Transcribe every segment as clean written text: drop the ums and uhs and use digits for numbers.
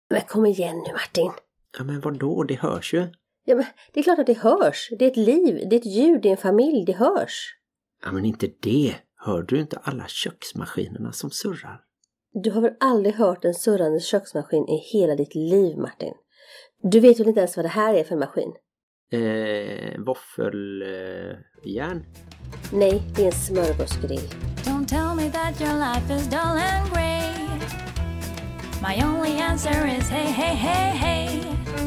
Men kom igen nu, Martin. Ja, men vadå? Det hörs ju. Ja, men det är klart att det hörs. Det är ett liv, det är ett ljud, det är en familj, det hörs. Ja, men inte det. Hör du inte alla köksmaskinerna som surrar? Du har väl aldrig hört en surrande köksmaskin i hela ditt liv, Martin? Du vet väl inte ens vad det här är för en maskin? Våffeljärn? Nej, det är en smörgåsgrill. Don't tell me that your life is dull and grey. My only answer is hey, hey, hey, hey.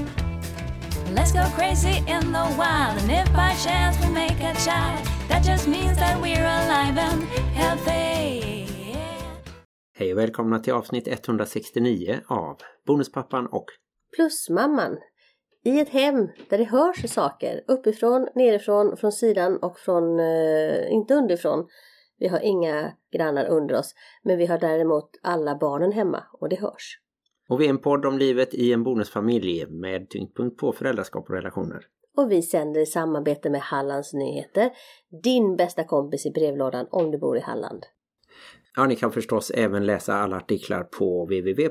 Let's go crazy in the wild. And if by chance we make a child, that just means that we're alive and healthy. Hej och välkomna till avsnitt 169 av Bonuspappan och Plusmamman. I ett hem där det hörs saker uppifrån, nerifrån, från sidan och från, inte underifrån. Vi har inga grannar under oss, men vi har däremot alla barnen hemma och det hörs. Och vi är en podd om livet i en bonusfamilj med tyngdpunkt på föräldraskap och relationer. Och vi sänder i samarbete med Hallands Nyheter, din bästa kompis i brevlådan om du bor i Halland. Ja, ni kan förstås även läsa alla artiklar på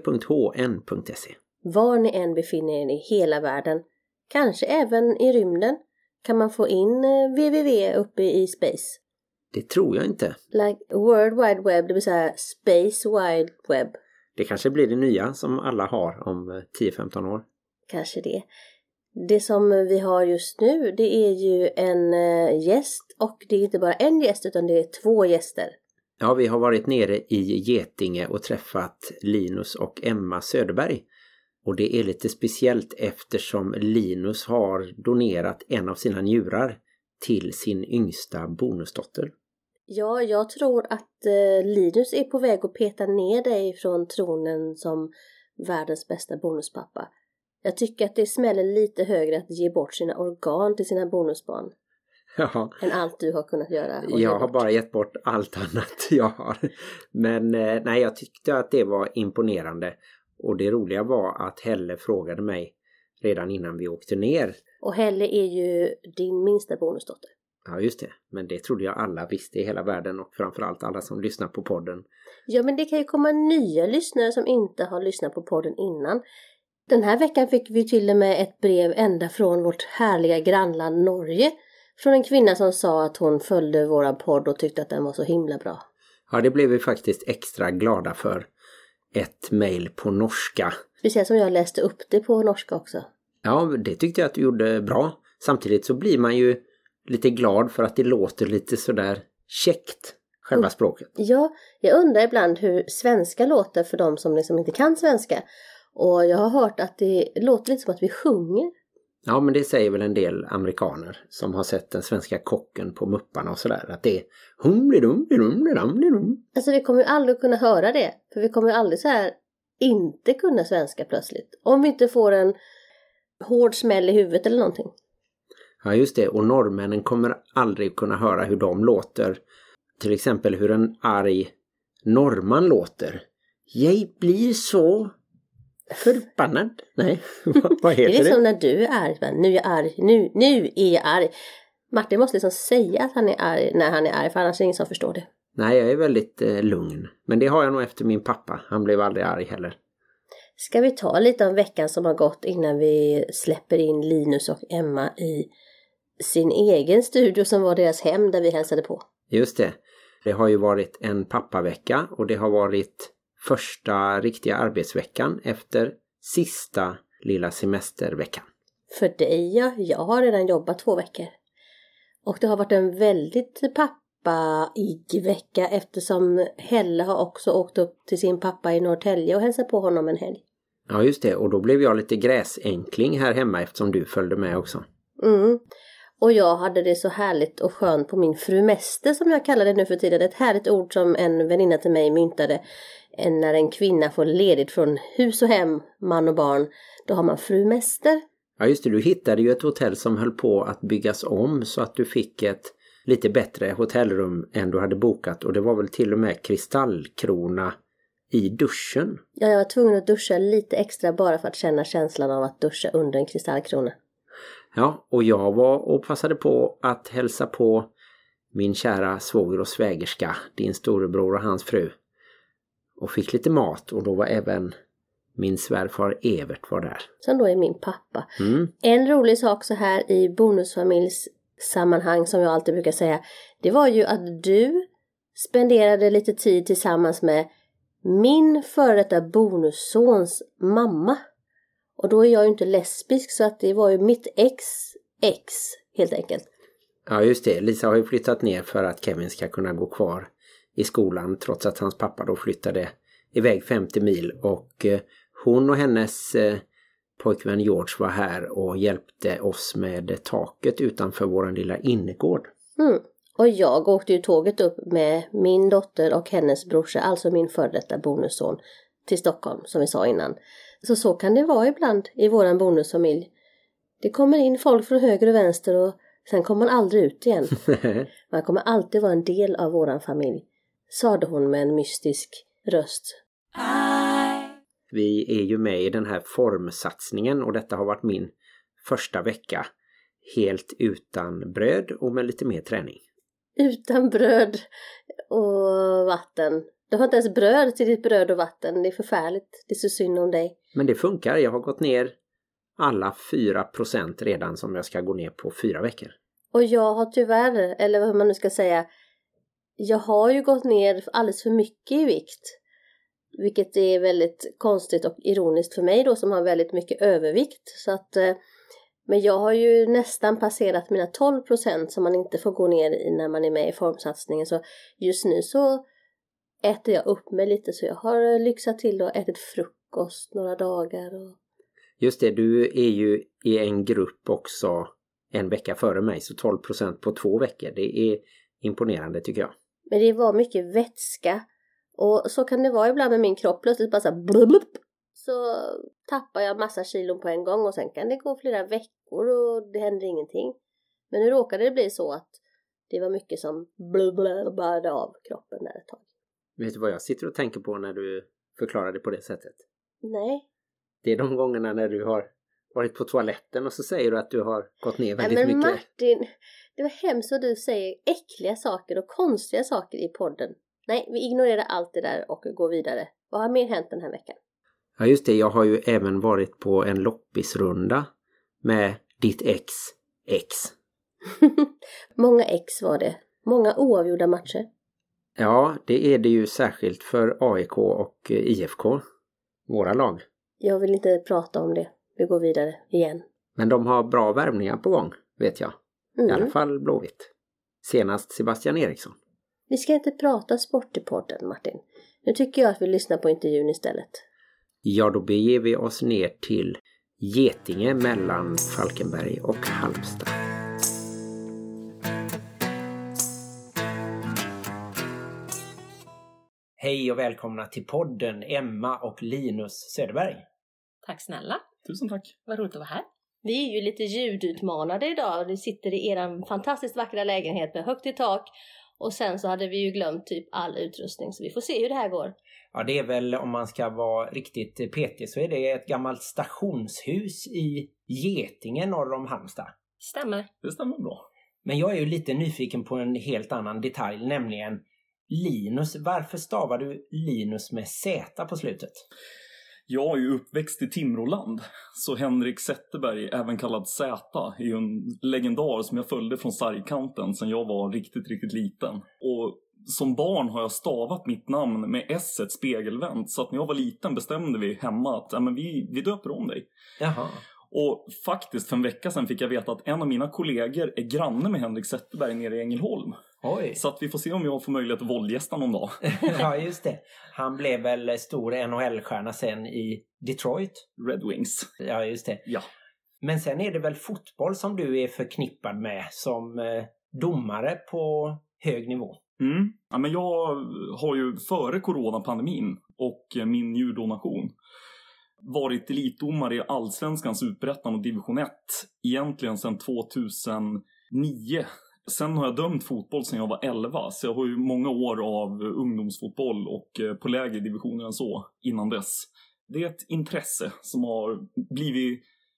www.hn.se. Var ni än befinner er i hela världen, kanske även i rymden, kan man få in www uppe i space. Det tror jag inte. Like World Wide Web, det vill säga Space Wide Web. Det kanske blir det nya som alla har om 10-15 år. Kanske det. Det som vi har just nu, det är ju en gäst, och det är inte bara en gäst utan det är 2 gäster. Ja, vi har varit nere i Getinge och träffat Linus och Emma Söderberg. Och det är lite speciellt eftersom Linus har donerat en av sina njurar till sin yngsta bonusdotter. Ja, jag tror att Linus är på väg att peta ner dig från tronen som världens bästa bonuspappa. Jag tycker att det smäller lite högre att ge bort sina organ till sina bonusbarn. Ja. Än allt du har kunnat göra. Jag har bara gett bort allt annat jag har. Men nej, jag tyckte att det var imponerande. Och det roliga var att Helle frågade mig redan innan vi åkte ner. Och Helle är ju din minsta bonusdotter. Ja, just det. Men det trodde jag alla visste i hela världen, och framförallt alla som lyssnar på podden. Ja, men det kan ju komma nya lyssnare som inte har lyssnat på podden innan. Den här veckan fick vi till och med ett brev ända från vårt härliga grannland Norge. Från en kvinna som sa att hon följde våra podd och tyckte att den var så himla bra. Ja, det blev vi faktiskt extra glada för. Ett mejl på norska. Speciellt som jag läste upp det på norska också. Ja, det tyckte jag att du gjorde bra. Samtidigt så blir man ju lite glad för att det låter lite sådär käckt, själva språket. Ja, jag undrar ibland hur svenska låter för de som liksom inte kan svenska. Och jag har hört att det låter lite som att vi sjunger. Ja, men det säger väl en del amerikaner som har sett den svenska kocken på Mupparna och sådär. Att det är hum-li-dum-li-dum-li-dum-li-dum. Alltså vi kommer ju aldrig kunna höra det. För vi kommer ju aldrig så här inte kunna svenska plötsligt. Om vi inte får en hård smäll i huvudet eller någonting. Ja, just det. Och norrmännen kommer aldrig kunna höra hur de låter. Till exempel hur en arg norrman låter. Jag blir så förbannad. Nej, vad heter det? Det är liksom när du är arg. Nu är jag arg. Nu är jag arg. Martin måste liksom säga att han är arg när han är arg. För annars är det ingen som förstår det. Nej, jag är väldigt lugn. Men det har jag nog efter min pappa. Han blev aldrig arg heller. Ska vi ta lite om veckan som har gått innan vi släpper in Linus och Emma i sin egen studio som var deras hem där vi hälsade på? Just det. Det har ju varit en pappavecka och det har varit första riktiga arbetsveckan efter sista lilla semesterveckan. För dig, ja. Jag har redan jobbat 2 veckor. Och det har varit en väldigt pappaig vecka eftersom Helle har också åkt upp till sin pappa i Norrtälje och hälsat på honom en helg. Ja, just det. Och då blev jag lite gräsänkling här hemma eftersom du följde med också. Mm. Och jag hade det så härligt och skönt på min frumester som jag kallar det nu för tiden. Ett härligt ord som en väninna till mig myntade. När en kvinna får ledigt från hus och hem, man och barn, då har man frumester. Ja, just det. Du hittade ju ett hotell som höll på att byggas om så att du fick ett lite bättre hotellrum än du hade bokat. Och det var väl till och med kristallkrona i duschen. Ja, jag var tvungen att duscha lite extra bara för att känna känslan av att duscha under en kristallkrona. Ja, och jag var och passade på att hälsa på min kära svåger och svägerska, din storebror och hans fru. Och fick lite mat, och då var även min svärfar Evert var där. Som då är min pappa. Mm. En rolig sak så här i bonusfamiljssammanhang som jag alltid brukar säga. Det var ju att du spenderade lite tid tillsammans med min före detta bonussons mamma. Och då är jag ju inte lesbisk så att det var ju mitt ex helt enkelt. Ja just det, Lisa har ju flyttat ner för att Kevin ska kunna gå kvar i skolan trots att hans pappa då flyttade iväg 50 mil. Och hon och hennes pojkvän George var här och hjälpte oss med taket utanför vår lilla innergård. Mm. Och jag åkte ju tåget upp med min dotter och hennes brorsa, alltså min före detta bonusson, till Stockholm som vi sa innan. Så kan det vara ibland i våran bonusfamilj. Det kommer in folk från höger och vänster och sen kommer man aldrig ut igen. Man kommer alltid vara en del av våran familj, sade hon med en mystisk röst. Vi är ju med i den här formsatsningen och detta har varit min första vecka helt utan bröd och med lite mer träning. Utan bröd och vatten. Du har inte ens bröd till ditt bröd och vatten. Det är förfärligt. Det är så synd om dig. Men det funkar. Jag har gått ner alla 4% redan som jag ska gå ner på 4 veckor. Och jag har tyvärr, eller vad man nu ska säga, jag har ju gått ner alldeles för mycket i vikt. Vilket är väldigt konstigt och ironiskt för mig då som har väldigt mycket övervikt. Så att, men jag har ju nästan passerat mina 12% som man inte får gå ner i när man är med i formsatsningen. Så just nu så äter jag upp mig lite så jag har lyxat till och ätit frukost några dagar. Just det, du är ju i en grupp också en vecka före mig så 12% på 2 veckor. Det är imponerande tycker jag. Men det var mycket vätska och så kan det vara ibland med min kropp. Plötsligt bara så här blub, så tappar jag massa kilon på en gång och sen kan det gå flera veckor och det händer ingenting. Men nu råkade det bli så att det var mycket som blubbade av kroppen där ett tag. Vet du vad jag sitter och tänker på när du förklarar det på det sättet? Nej. Det är de gångerna när du har varit på toaletten och så säger du att du har gått ner väldigt mycket. Men Martin, det var hemskt att du säger äckliga saker och konstiga saker i podden. Nej, vi ignorerar allt det där och går vidare. Vad har mer hänt den här veckan? Ja just det, jag har ju även varit på en loppisrunda med ditt ex. Många ex var det. Många oavgjorda matcher. Ja, det är det ju särskilt för AIK och IFK. Våra lag. Jag vill inte prata om det. Vi går vidare igen. Men de har bra värvningar på gång, vet jag. I alla fall Blåvitt. Senast Sebastian Eriksson. Vi ska inte prata sport i podden, Martin. Nu tycker jag att vi lyssnar på intervjun istället. Ja, då beger vi oss ner till Getinge mellan Falkenberg och Halmstad. Hej och välkomna till podden Emma och Linus Söderberg. Tack snälla. Tusen tack. Vad roligt att vara här. Vi är ju lite ljudutmanade idag. Vi sitter i er fantastiskt vackra lägenhet med högt i tak. Och sen så hade vi ju glömt typ all utrustning. Så vi får se hur det här går. Ja, det är väl, om man ska vara riktigt petig, så är det ett gammalt stationshus i Getinge norr om Halmstad. Stämmer. Det stämmer bra. Men jag är ju lite nyfiken på en helt annan detalj, nämligen Linus. Varför stavar du Linus med Z på slutet? Jag är ju uppväxt i Timråland, så Henrik Zetterberg, även kallad Z, är ju en legendar som jag följde från sargkanten sedan jag var riktigt, riktigt liten. Och som barn har jag stavat mitt namn med S-et spegelvänt, så att när jag var liten bestämde vi hemma att vi döper om dig. Jaha. Och faktiskt för en vecka sedan fick jag veta att en av mina kollegor är granne med Henrik Zetterberg nere i Ängelholm. Oj. Så att vi får se om jag får möjlighet att våldgästa någon dag. Ja, just det. Han blev väl stor NHL-stjärna sen i Detroit. Red Wings. Ja, just det. Ja. Men sen är det väl fotboll som du är förknippad med som domare på hög nivå. Ja, men jag har ju före coronapandemin och min njurdonation varit elitdomare i Allsvenskan, Superettan och Division 1 egentligen sedan 2009. Sen har jag dömt fotboll sedan jag var 11, så jag har ju många år av ungdomsfotboll och på lägre divisioner än så innan dess. Det är ett intresse som har blivit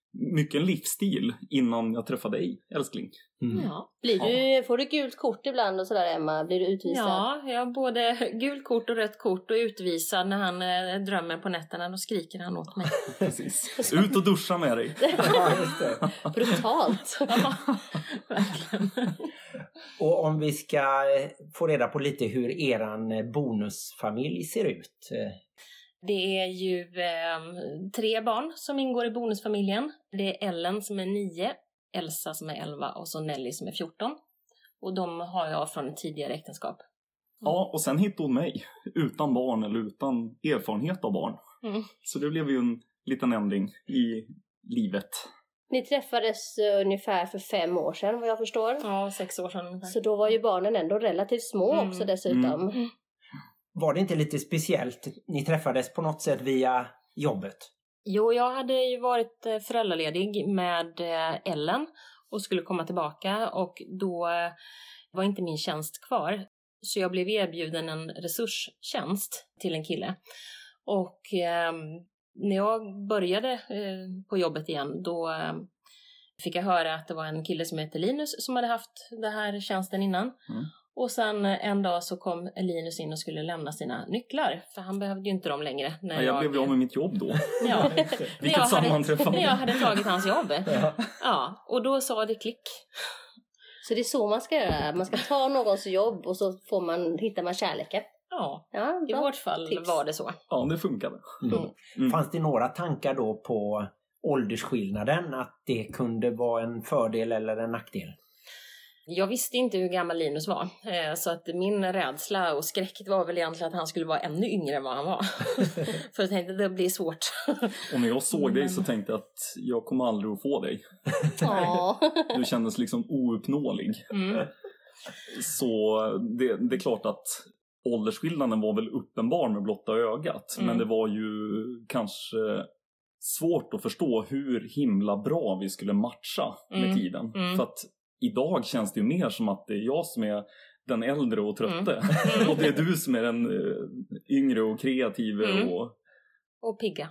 mycket en livsstil innan jag träffade dig, älskling. Ja. Får du gult kort ibland och sådär, Emma? Blir du utvisad? Ja, jag har både gult kort och rött kort och utvisad när han drömmer på nätterna. Då skriker han åt mig. Precis. Ut och duscha med dig. Ja, just det. Brutalt. Ja, verkligen. Och om vi ska få reda på lite hur eran bonusfamilj ser ut. Det är ju 3 barn som ingår i bonusfamiljen. Det är Ellen som är 9, Elsa som är 11 och så Nelly som är 14. Och de har jag från ett tidigare äktenskap. Ja, och sen hittade hon mig. Utan barn eller utan erfarenhet av barn. Så det blev ju en liten ändring i livet. Ni träffades ungefär för 5 år sedan, vad jag förstår. Ja, 6 år sedan ungefär. Så då var ju barnen ändå relativt små också dessutom. Var det inte lite speciellt? Ni träffades på något sätt via jobbet? Jo, jag hade ju varit föräldraledig med Ellen och skulle komma tillbaka. Och då var inte min tjänst kvar. Så jag blev erbjuden en resurstjänst till en kille. Och när jag började på jobbet igen, då fick jag höra att det var en kille som heter Linus som hade haft den här tjänsten innan. Och sen en dag så kom Linus in och skulle lämna sina nycklar. För han behövde ju inte dem längre. När jag blev ju av med mitt jobb då. Ja. Vilket sammanträffande. När jag hade tagit hans jobb. Ja, och då sa det klick. Så det är så man ska göra. Man ska ta någons jobb och så hittar man kärleken. Ja, i bra vårt fall tips. var det så. Ja, det funkade. Fanns det några tankar då på åldersskillnaden? Att det kunde vara en fördel eller en nackdel? Jag visste inte hur gammal Linus var. Så att min rädsla och skräck var väl egentligen att han skulle vara ännu yngre än vad han var. För jag tänkte att det blir svårt. Och när jag såg dig så tänkte jag att jag kommer aldrig att få dig. Du kändes liksom ouppnåelig. Så det är klart att åldersskillnaden var väl uppenbar med blotta ögat. Men det var ju kanske svårt att förstå hur himla bra vi skulle matcha med tiden. För att idag känns det ju mer som att det är jag som är den äldre och trötte. Och det är du som är den yngre och kreativa och pigga.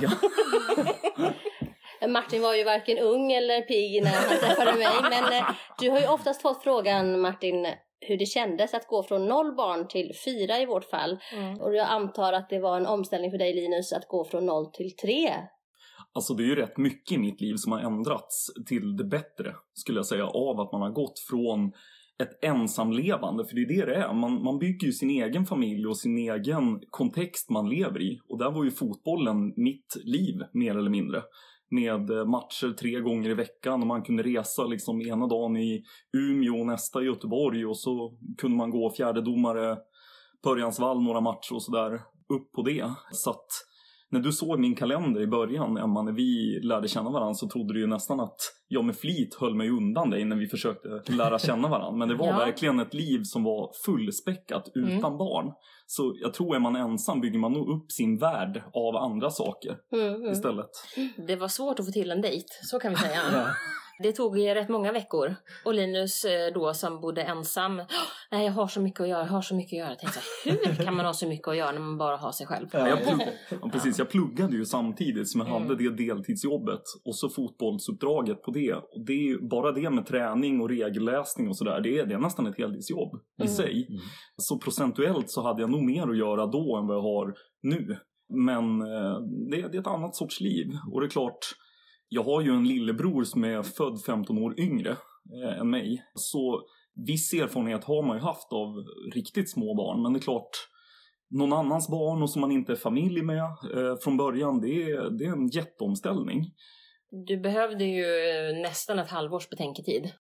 Martin var ju varken ung eller pigg när han träffade mig. Men du har ju oftast fått frågan, Martin, hur det kändes att gå från 0 barn till 4 i vårt fall. Och jag antar att det var en omställning för dig, Linus, att gå från 0 till 3. Alltså det är ju rätt mycket i mitt liv som har ändrats till det bättre, skulle jag säga, av att man har gått från ett ensamlevande, för det är det är. Man bygger ju sin egen familj och sin egen kontext man lever i. Och där var ju fotbollen mitt liv, mer eller mindre. Med matcher 3 gånger i veckan och man kunde resa liksom ena dagen i Umeå och nästa i Göteborg. Och så kunde man gå fjärdedomare på Örjansvall några matcher och sådär upp på det. Så att när du såg min kalender i början, Emma, när vi lärde känna varandra, så trodde du ju nästan att jag med flit höll mig undan dig när vi försökte lära känna varandra. Men det var verkligen ett liv som var fullspäckat utan barn. Så jag tror att man ensam bygger man nog upp sin värld av andra saker istället. Det var svårt att få till en dejt, så kan vi säga. Det tog ju rätt många veckor. Och Linus då som bodde ensam. Nej, jag har så mycket att göra. Jag tänkte så här, hur kan man ha så mycket att göra när man bara har sig själv? Jag pluggade ju samtidigt som jag hade det deltidsjobbet. Och så fotbollsuppdraget på det. Och det är bara det med träning och regelläsning och sådär. Det är nästan ett heltidsjobb i sig. Så procentuellt så hade jag nog mer att göra då än vad jag har nu. Men det är ett annat sorts liv. Och det är klart, jag har ju en lillebror som är född 15 år yngre än mig. Så viss erfarenhet har man ju haft av riktigt små barn. Men det är klart, någon annans barn och som man inte är familj med från början, det är en jätteomställning. Du behövde ju nästan ett halvårs betänketid.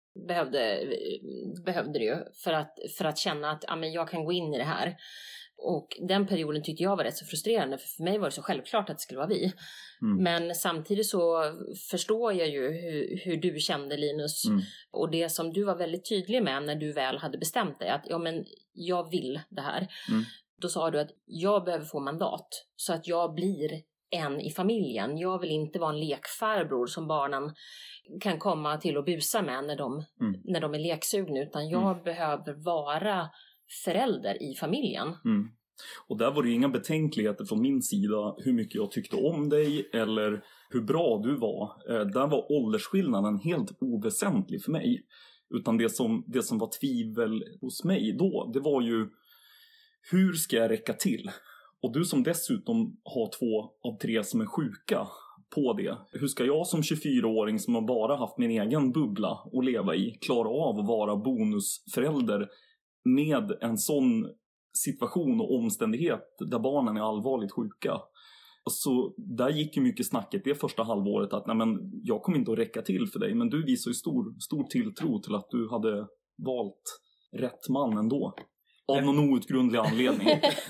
Behövde du ju för att känna att jag kan gå in i det här. Och den perioden tyckte jag var rätt så frustrerande. För mig var det så självklart att det skulle vara vi. Men samtidigt så förstår jag ju hur du kände, Linus. Och det som du var väldigt tydlig med när du väl hade bestämt dig. Att jag vill det här. Då sa du att jag behöver få mandat. Så att jag blir en i familjen. Jag vill inte vara en lekfarbror som barnen kan komma till och busa med när de är leksugna. Utan jag behöver vara förälder i familjen. Och där var det inga betänkligheter från min sida hur mycket jag tyckte om dig eller hur bra du var. Där var åldersskillnaden helt oväsentlig för mig. Utan det som var tvivel hos mig då, det var ju hur ska jag räcka till? Och du som dessutom har 2 av 3 som är sjuka på det. Hur ska jag som 24-åring som har bara haft min egen bubbla att leva i klara av att vara bonusförälder med en sån situation och omständighet där barnen är allvarligt sjuka? Så där gick ju mycket snacket det första halvåret att nej, men jag kommer inte att räcka till för dig. Men du visar ju stor tilltro till att du hade valt rätt man ändå. Av någon outgrundlig anledning.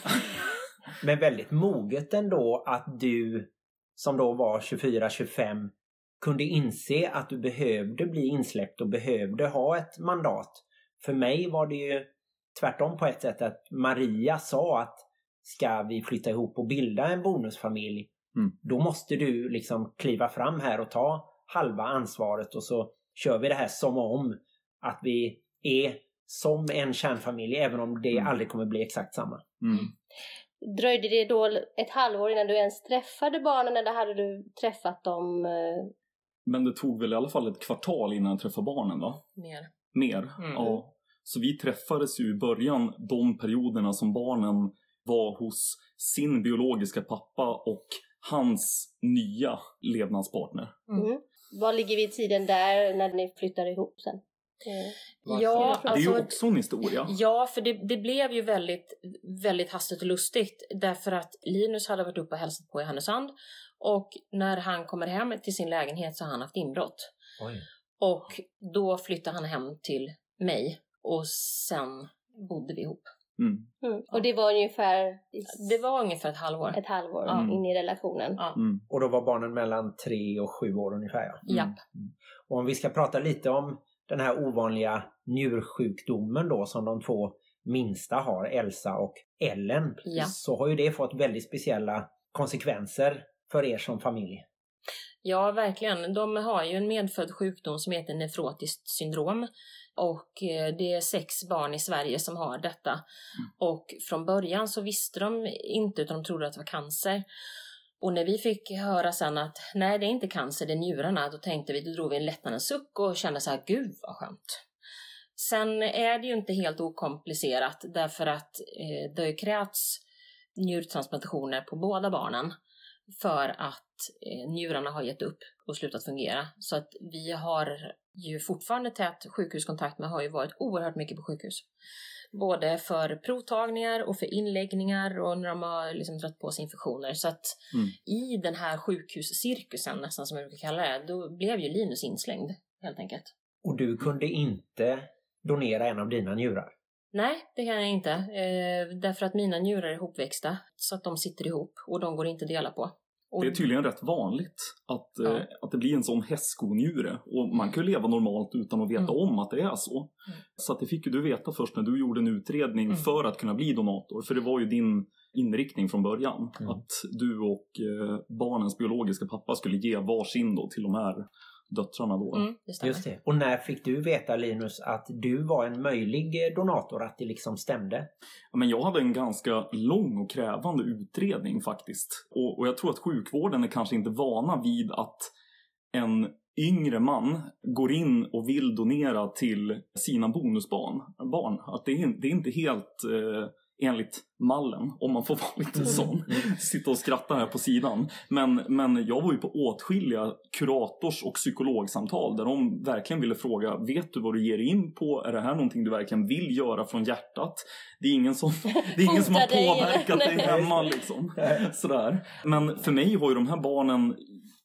Men väldigt moget ändå att du som då var 24-25 kunde inse att du behövde bli insläppt och behövde ha ett mandat. För mig var det ju tvärtom på ett sätt att Maria sa att ska vi flytta ihop och bilda en bonusfamilj, då måste du liksom kliva fram här och ta halva ansvaret och så kör vi det här som om att vi är som en kärnfamilj även om det aldrig kommer bli exakt samma. Dröjde det då ett halvår innan du ens träffade barnen eller hade du träffat dem? Men det tog väl i alla fall ett kvartal innan jag träffade barnen va? Mer. Ja. Så vi träffades ju i början de perioderna som barnen var hos sin biologiska pappa och hans nya levnadspartner. Vad ligger vi i tiden där när ni flyttar ihop sen? Ja, det är ju också en historia. Ja, för det blev ju väldigt, väldigt hastigt och lustigt. Därför att Linus hade varit uppe och hälsat på i Härnösand. Och när han kommer hem till sin lägenhet så har han haft inbrott. Oj. Och då flyttade han hem till mig. Och sen bodde vi ihop. Och det var ungefär... Det var ungefär ett halvår. Ett halvår in i relationen. Ja. Och då var barnen mellan 3 och 7 år ungefär. Japp. Och om vi ska prata lite om den här ovanliga njursjukdomen då som de 2 minsta har, Elsa och Ellen, så har ju det fått väldigt speciella konsekvenser för er som familj. Ja, verkligen. De har ju en medfödd sjukdom som heter nefrotiskt syndrom. Och det är 6 barn i Sverige som har detta. Och från början så visste de inte utan de trodde att det var cancer. Och när vi fick höra sen att nej det är inte cancer, det är njurarna. Då drog vi en lättnadens suck och kände så här, gud vad skönt. Sen är det ju inte helt okomplicerat därför att det har ju krävts njurtransplantationer på båda barnen. För att njurarna har gett upp och slutat fungera. Så att vi har ju fortfarande tät sjukhuskontakt men har ju varit oerhört mycket på sjukhus. Både för provtagningar och för inläggningar och när de har liksom dragit på sig infektioner. Så att i den här sjukhuscirkusen nästan som jag brukar kalla det, då blev ju Linus inslängd helt enkelt. Och du kunde inte donera en av dina njurar? Nej, det kan jag inte. Därför att mina njurar är ihopväxta så att de sitter ihop och de går inte att dela på. Det är tydligen rätt vanligt att det blir en sån hästskoniure. Och man kan ju leva normalt utan att veta om att det är så. Så att det fick ju du veta först när du gjorde en utredning för att kunna bli donator. För det var ju din inriktning från början. Att du och barnens biologiska pappa skulle ge varsin då till de här döttrarna då. Just det. Och när fick du veta, Linus, att du var en möjlig donator, att det liksom stämde? Ja, men jag hade en ganska lång och krävande utredning faktiskt. Och jag tror att sjukvården är kanske inte vana vid att en yngre man går in och vill donera till sina bonusbarn. Att det är inte helt enligt mallen, om man får vara lite sån. Sitta och skratta här på sidan. Men jag var ju på åtskilliga kurators- och psykologsamtal där de verkligen ville fråga, vet du vad du ger in på? Är det här någonting du verkligen vill göra från hjärtat? Det är ingen som har påverkat dig hemma liksom. Sådär. Men för mig har ju de här barnen,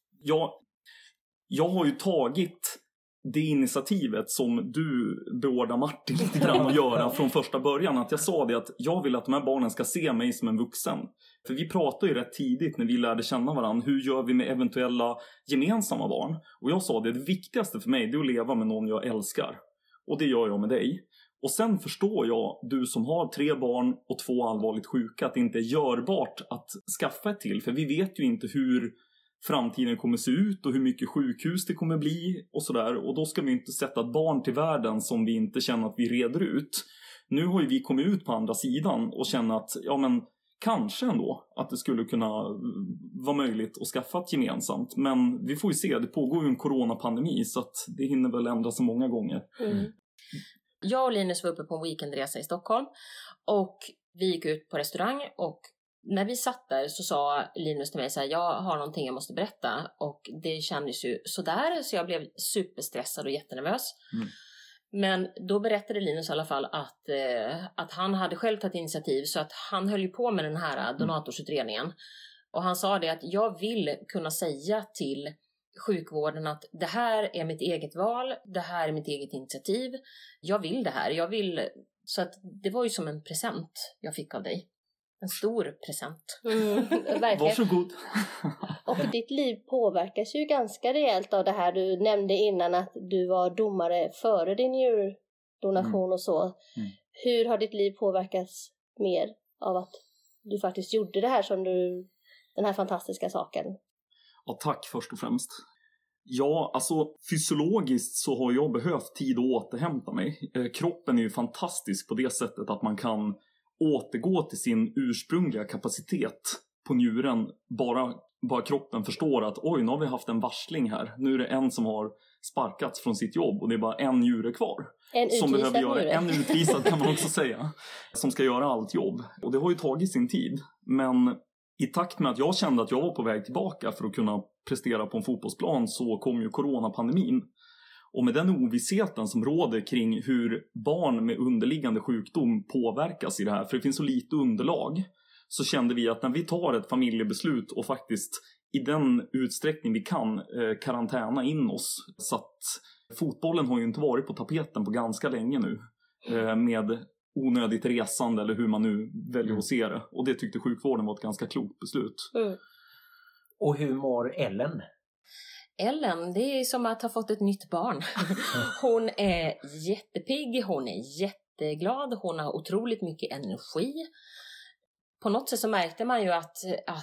jag har ju tagit det initiativet som du beordrar Martin lite grann att göra från första början. Att jag sa det att jag vill att de här barnen ska se mig som en vuxen. För vi pratade ju rätt tidigt när vi lärde känna varandra. Hur gör vi med eventuella gemensamma barn? Och jag sa det viktigaste för mig det är att leva med någon jag älskar. Och det gör jag med dig. Och sen förstår jag, du som har 3 barn och 2 allvarligt sjuka, att det inte är görbart att skaffa ett till. För vi vet ju inte hur framtiden kommer se ut och hur mycket sjukhus det kommer bli och sådär. Och då ska vi inte sätta ett barn till världen som vi inte känner att vi reder ut. Nu har ju vi kommit ut på andra sidan och känner att kanske ändå att det skulle kunna vara möjligt att skaffa ett gemensamt. Men vi får ju se, det pågår ju en coronapandemi så att det hinner väl ändra sig många gånger. Jag och Linus var uppe på en weekendresa i Stockholm och vi gick ut på restaurang, och när vi satt där så sa Linus till mig så här: jag har någonting jag måste berätta, och det kändes ju sådär, så jag blev superstressad och jättenervös. Men då berättade Linus i alla fall att han hade själv tagit initiativ, så att han höll ju på med den här donatorsutredningen. Och han sa det att jag vill kunna säga till sjukvården att det här är mitt eget val, det här är mitt eget initiativ, jag vill det här, så att det var ju som en present jag fick av dig. En stor present. Verkligen. Varsågod. Och ditt liv påverkas ju ganska rejält av det här. Du nämnde innan att du var domare före din njurdonation och så. Hur har ditt liv påverkats mer av att du faktiskt gjorde det här den här fantastiska saken? Ja, tack först och främst. Ja, alltså fysiologiskt så har jag behövt tid att återhämta mig. Kroppen är ju fantastisk på det sättet att man kan återgå till sin ursprungliga kapacitet på njuren. Bara kroppen förstår att oj, nu har vi haft en varsling här. Nu är det en som har sparkats från sitt jobb och det är bara en njure kvar. En utvisad kan man också säga. Som ska göra allt jobb. Och det har ju tagit sin tid. Men i takt med att jag kände att jag var på väg tillbaka för att kunna prestera på en fotbollsplan så kom ju coronapandemin. Och med den ovissheten som råder kring hur barn med underliggande sjukdom påverkas i det här, för det finns så lite underlag, så kände vi att när vi tar ett familjebeslut och faktiskt i den utsträckning vi kan karantäna in oss, så att fotbollen har ju inte varit på tapeten på ganska länge nu med onödigt resande eller hur man nu väljer att se det. Och det tyckte sjukvården var ett ganska klokt beslut. Och hur mår Ellen? Ellen, det är som att ha fått ett nytt barn. Hon är jättepigg, hon är jätteglad, hon har otroligt mycket energi. På något sätt så märkte man ju att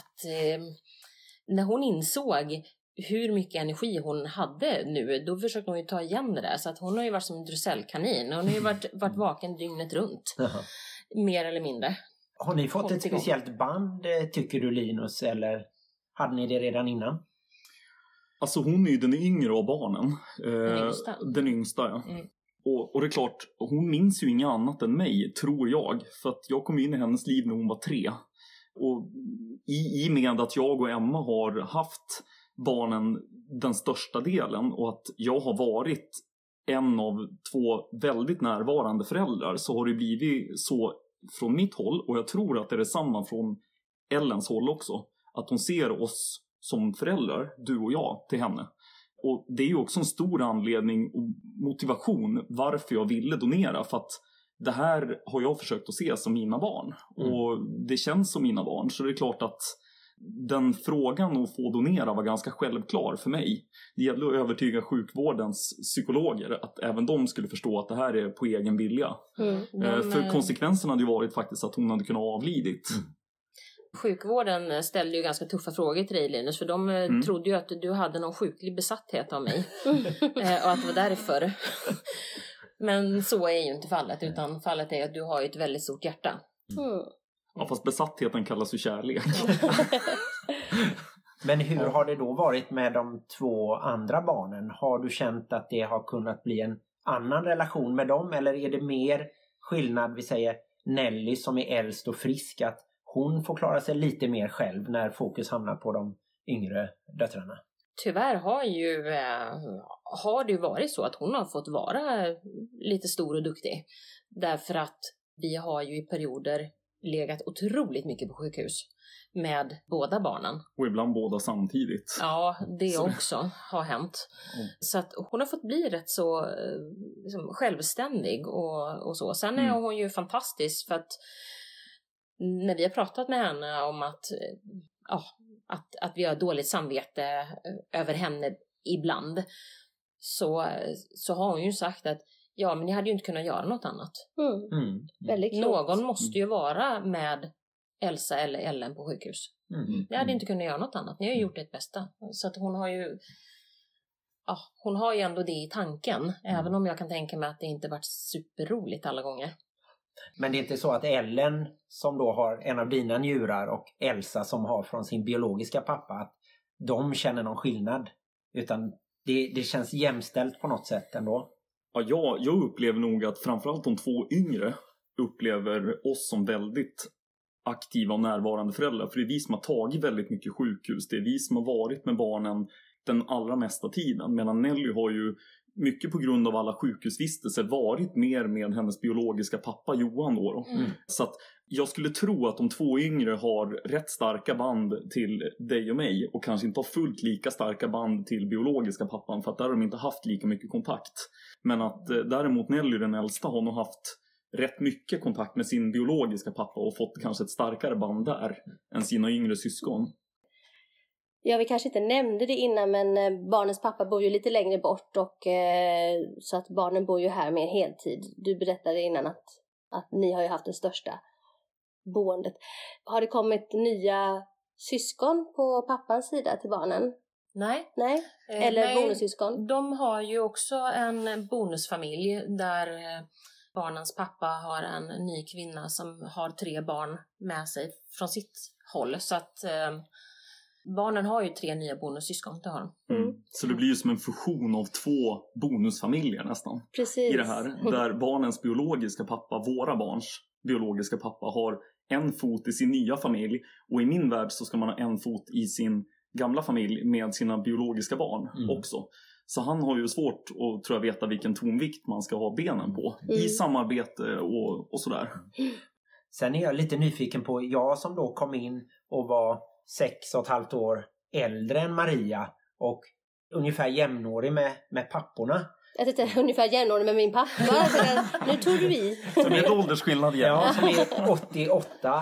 när hon insåg hur mycket energi hon hade nu, då försökte hon ju ta igen det där. Så att hon har ju varit som en drusellkanin. Hon har ju varit vaken dygnet runt. Mer eller mindre. Har ni fått ett speciellt band, tycker du, Linus? Eller hade ni det redan innan? Alltså hon är ju den yngre av barnen. Den yngsta, ja. Och det är klart, hon minns ju inget annat än mig, tror jag. För att jag kom in i hennes liv när hon var 3. Och i med att jag och Emma har haft barnen den största delen och att jag har varit en av 2 väldigt närvarande föräldrar, så har det blivit så från mitt håll, och jag tror att det är detsamma från Ellens håll också, att hon ser oss som föräldrar, du och jag, till henne. Och det är ju också en stor anledning och motivation varför jag ville donera, för att det här har jag försökt att se som mina barn. Och det känns som mina barn, så det är klart att den frågan att få donera var ganska självklar för mig. Det gällde att övertyga sjukvårdens psykologer att även de skulle förstå att det här är på egen vilja. För konsekvensen hade ju varit faktiskt att hon hade kunnat avlidit. Sjukvården ställde ju ganska tuffa frågor till dig, Linus, för de trodde ju att du hade någon sjuklig besatthet av mig. Och att det var därför. Men så är ju inte fallet, utan fallet är att du har ett väldigt stort hjärta. Ja, fast besattheten kallas ju kärlek. Men hur har det då varit med de 2 andra barnen? Har du känt att det har kunnat bli en annan relation med dem? Eller är det mer skillnad, vi säger Nelly som är äldst och frisk, att hon får klara sig lite mer själv när fokus hamnar på de yngre döttrarna? Tyvärr har det ju varit så att hon har fått vara lite stor och duktig. Därför att vi har ju i perioder legat otroligt mycket på sjukhus med båda barnen. Och ibland båda samtidigt. Ja, det också har hänt. Så att hon har fått bli rätt så liksom, självständig och så. Sen är hon ju fantastisk, för att när vi har pratat med henne om att vi har dåligt samvete över henne ibland, så har hon ju sagt att ja, men ni hade ju inte kunnat göra något annat. Någon måste ju vara med Elsa eller Ellen på sjukhus. Ni hade inte kunnat göra något annat. Ni har ju gjort ert bästa. Så att hon har ju ändå det i tanken. Även om jag kan tänka mig att det inte varit superroligt alla gånger. Men det är inte så att Ellen som då har en av dina njurar och Elsa som har från sin biologiska pappa, att de känner någon skillnad, utan det känns jämställt på något sätt ändå? Ja, jag upplever nog att framförallt de två yngre upplever oss som väldigt aktiva och närvarande föräldrar. För det är vi som har tagit väldigt mycket sjukhus. Det är vi som har varit med barnen den allra mesta tiden. Medan Nelly har ju mycket på grund av alla sjukhusvistelser varit mer med hennes biologiska pappa Johan då. Så att jag skulle tro att de två yngre har rätt starka band till dig och mig och kanske inte har fullt lika starka band till biologiska pappan, för att där har de inte haft lika mycket kontakt. Men att däremot Nelly, den äldsta, har nog haft rätt mycket kontakt med sin biologiska pappa och fått kanske ett starkare band där än sina yngre syskon. Ja, vi kanske inte nämnde det innan, men barnens pappa bor ju lite längre bort, och så att barnen bor ju här mer heltid. Du berättade innan att ni har ju haft det största boendet. Har det kommit nya syskon på pappans sida till barnen? Nej. Eller bonussyskon? De har ju också en bonusfamilj där barnens pappa har en ny kvinna som har 3 barn med sig från sitt håll. Så att barnen har ju 3 nya bonussyskon, det har de. Så det blir ju som en fusion av 2 bonusfamiljer nästan. Precis. I det här, där barnens biologiska pappa, våra barns biologiska pappa, har en fot i sin nya familj, och i min värld så ska man ha en fot i sin gamla familj med sina biologiska barn också. Så han har ju svårt att, tror jag, veta vilken tonvikt man ska ha benen på i samarbete och sådär. Sen är jag lite nyfiken på, jag som då kom in och var 6,5 år äldre än Maria och ungefär jämnårig med papporna. Jag tänkte ungefär jämnårig med min pappa. Nu tog du i. Så det är en åldersskillnad igen. Ja, som är 88.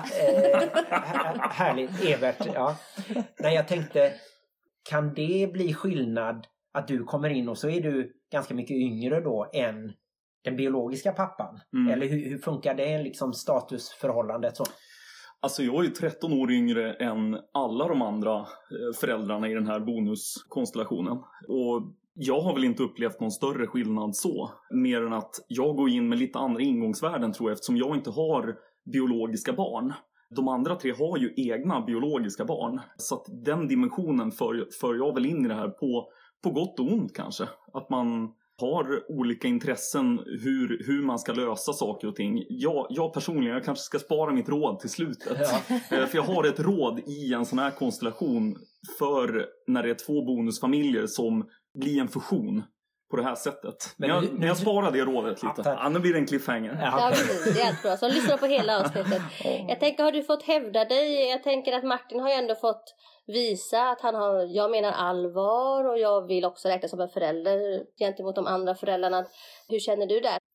Härligt, Evert. Ja. Nej, jag tänkte, kan det bli skillnad att du kommer in och så är du ganska mycket yngre då än den biologiska pappan? Eller hur funkar det liksom statusförhållandet så? Alltså jag är ju 13 år yngre än alla de andra föräldrarna i den här bonuskonstellationen. Och jag har väl inte upplevt någon större skillnad så. Mer än att jag går in med lite andra ingångsvärden, tror jag, eftersom jag inte har biologiska barn. De andra 3 har ju egna biologiska barn. Så att den dimensionen för jag väl in i det här på gott och ont kanske. Att man har olika intressen hur man ska lösa saker och ting. Jag personligen, jag kanske ska spara mitt råd till slutet. Ja. För jag har ett råd i en sån här konstellation för när det är 2 bonusfamiljer som blir en fusion på det här sättet. Men jag sparar det rådet lite. Nu blir det en cliffhanger. Ja, precis. Det är bra. Så lyssna på hela avsnittet. Jag tänker, har du fått hävda dig? Jag tänker att Martin har ju ändå fått visa att han har, jag menar allvar, och jag vill också räkna som en förälder gentemot de andra föräldrarna. Hur känner du där?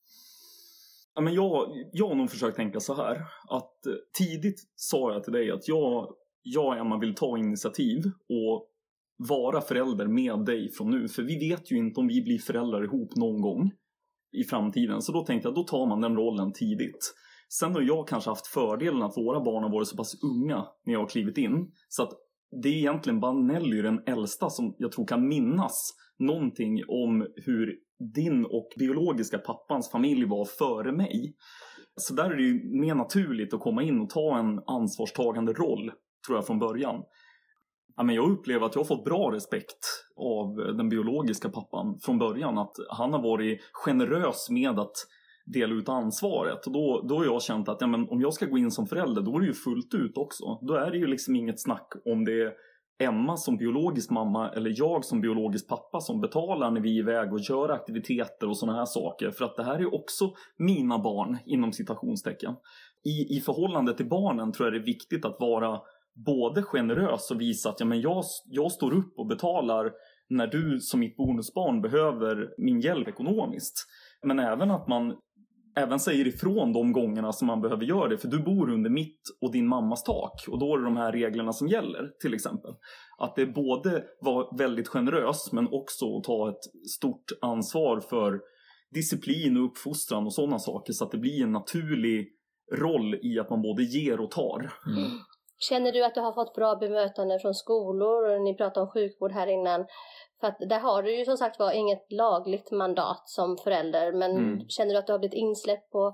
Ja, men jag har nog försökt tänka så här, att tidigt sa jag till dig att jag och Emma vill ta initiativ och vara förälder med dig från nu. För vi vet ju inte om vi blir föräldrar ihop någon gång i framtiden. Så då tänkte jag, då tar man den rollen tidigt. Sen har jag kanske haft fördelen att våra barn har varit så pass unga när jag har klivit in. Så att det är egentligen bara Nelly, den äldsta, som jag tror kan minnas någonting om hur din och biologiska pappans familj var före mig. Så där är det ju mer naturligt att komma in och ta en ansvarstagande roll, tror jag, från början. Ja, men jag upplever att jag har fått bra respekt av den biologiska pappan från början. Att han har varit generös med att dela ut ansvaret. Och då har jag känt att men om jag ska gå in som förälder, då är det ju fullt ut också. Då är det ju liksom inget snack om det är Emma som biologisk mamma eller jag som biologisk pappa som betalar när vi är iväg och gör aktiviteter och såna här saker. För att det här är också mina barn inom citationstecken. I förhållande till barnen tror jag det är viktigt att vara både generös och visa att jag står upp och betalar när du som mitt bonusbarn behöver min hjälp ekonomiskt. Men även att man även säger ifrån de gångerna som man behöver göra det. För du bor under mitt och din mammas tak. Och då är det de här reglerna som gäller, till exempel. Att det både var väldigt generös, men också att ta ett stort ansvar för disciplin och uppfostran och sådana saker. Så att det blir en naturlig roll i att man både ger och tar. Känner du att du har fått bra bemötande från skolor? Ni pratade om sjukvård här innan. För att där har du ju som sagt var inget lagligt mandat som förälder. Men känner du att du har blivit insläppt på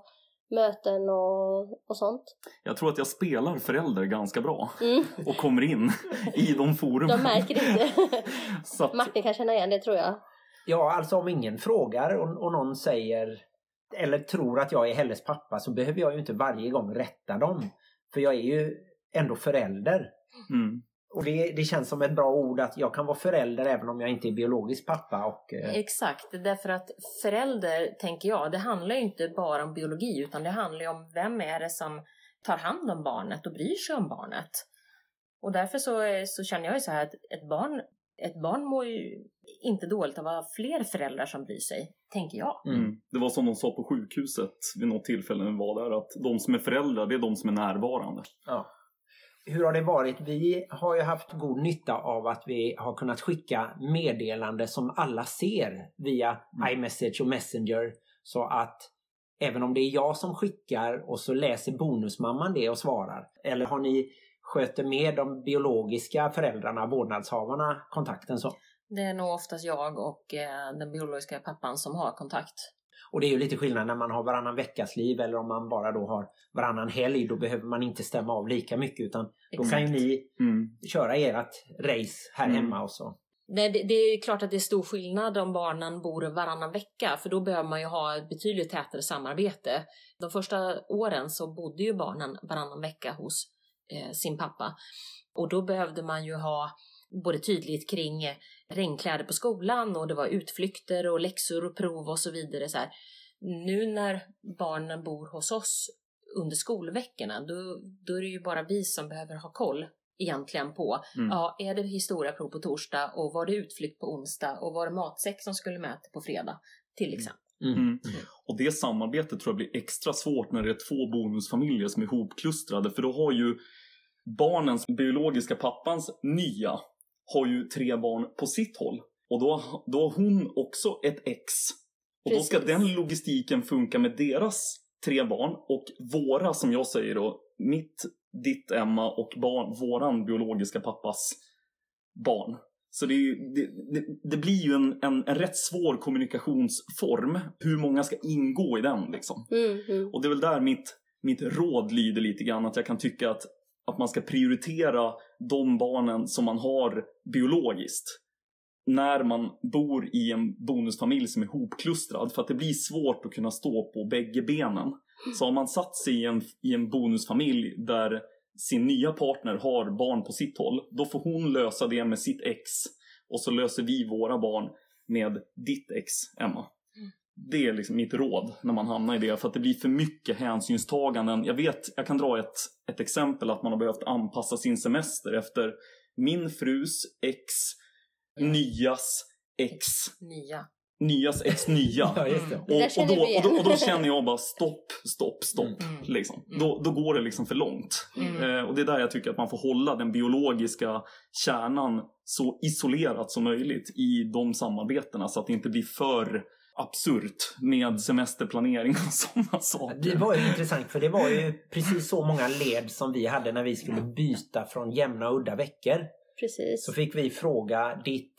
möten och sånt? Jag tror att jag spelar förälder ganska bra och kommer in i de forum. De märker inte. Så att... Martin kan känna igen det, tror jag. Ja, alltså om ingen frågar och någon säger eller tror att jag är Helles pappa, så behöver jag ju inte varje gång rätta dem. För jag är ju ändå förälder. Mm. Och det känns som ett bra ord att jag kan vara förälder även om jag inte är biologisk pappa. Exakt, därför att förälder, tänker jag, det handlar ju inte bara om biologi, utan det handlar ju om vem är det som tar hand om barnet och bryr sig om barnet. Och därför så känner jag ju så här att ett barn mår ju inte dåligt av att ha fler föräldrar som bryr sig, tänker jag. Mm. Det var som de sa på sjukhuset vid något tillfälle när vi var där, att de som är föräldrar, det är de som är närvarande. Ja. Hur har det varit? Vi har ju haft god nytta av att vi har kunnat skicka meddelande som alla ser via iMessage och Messenger. Så att även om det är jag som skickar och så läser bonusmamman det och svarar. Eller har ni sköter med de biologiska föräldrarna, vårdnadshavarna, kontakten så? Det är nog oftast jag och den biologiska pappan som har kontakt. Och det är ju lite skillnad när man har varannan veckas liv eller om man bara då har varannan helg. Då behöver man inte stämma av lika mycket, utan då kan ju ni köra ert race här hemma och så. Det är ju klart att det är stor skillnad om barnen bor varannan vecka, för då behöver man ju ha ett betydligt tätare samarbete. De första åren så bodde ju barnen varannan vecka hos sin pappa, och då behövde man ju ha både tydligt kring regnkläder på skolan, och det var utflykter och läxor och prov och så vidare. Så här. Nu när barnen bor hos oss under skolveckorna, då är det ju bara vi som behöver ha koll egentligen på, ja, är det historiaprov på torsdag och var det utflykt på onsdag och var det matsäck som skulle med på fredag till exempel. Och det samarbetet tror jag blir extra svårt när det är två bonusfamiljer som är ihopklustrade, för då har ju barnens biologiska pappans nya har ju 3 barn på sitt håll, och då har hon också ett ex, och då ska den logistiken funka med deras 3 barn och våra, som jag säger då, ditt Emma och våran biologiska pappas barn. Så det blir ju en rätt svår kommunikationsform, hur många ska ingå i den liksom. Och det är väl där mitt råd lyder lite grann, att jag kan tycka att man ska prioritera de barnen som man har biologiskt när man bor i en bonusfamilj som är hopklustrad, för att det blir svårt att kunna stå på bägge benen. Så har man satt sig i en bonusfamilj där sin nya partner har barn på sitt håll, då får hon lösa det med sitt ex, och så löser vi våra barn med ditt ex, Emma. Det är liksom mitt råd när man hamnar i det, för att det blir för mycket hänsynstaganden. Jag kan dra ett exempel, att man har behövt anpassa sin semester efter min frus ex, nyas ex nyas ex nya. Ja, just det. Och då känner jag bara stopp liksom. Då går det liksom för långt. Och det är där jag tycker att man får hålla den biologiska kärnan så isolerat som möjligt i de samarbetena, så att det inte blir för absurt med semesterplanering och sådana saker. Det var ju intressant, för det var ju precis så många led som vi hade när vi skulle byta från jämna och udda veckor. Precis. Så fick vi fråga ditt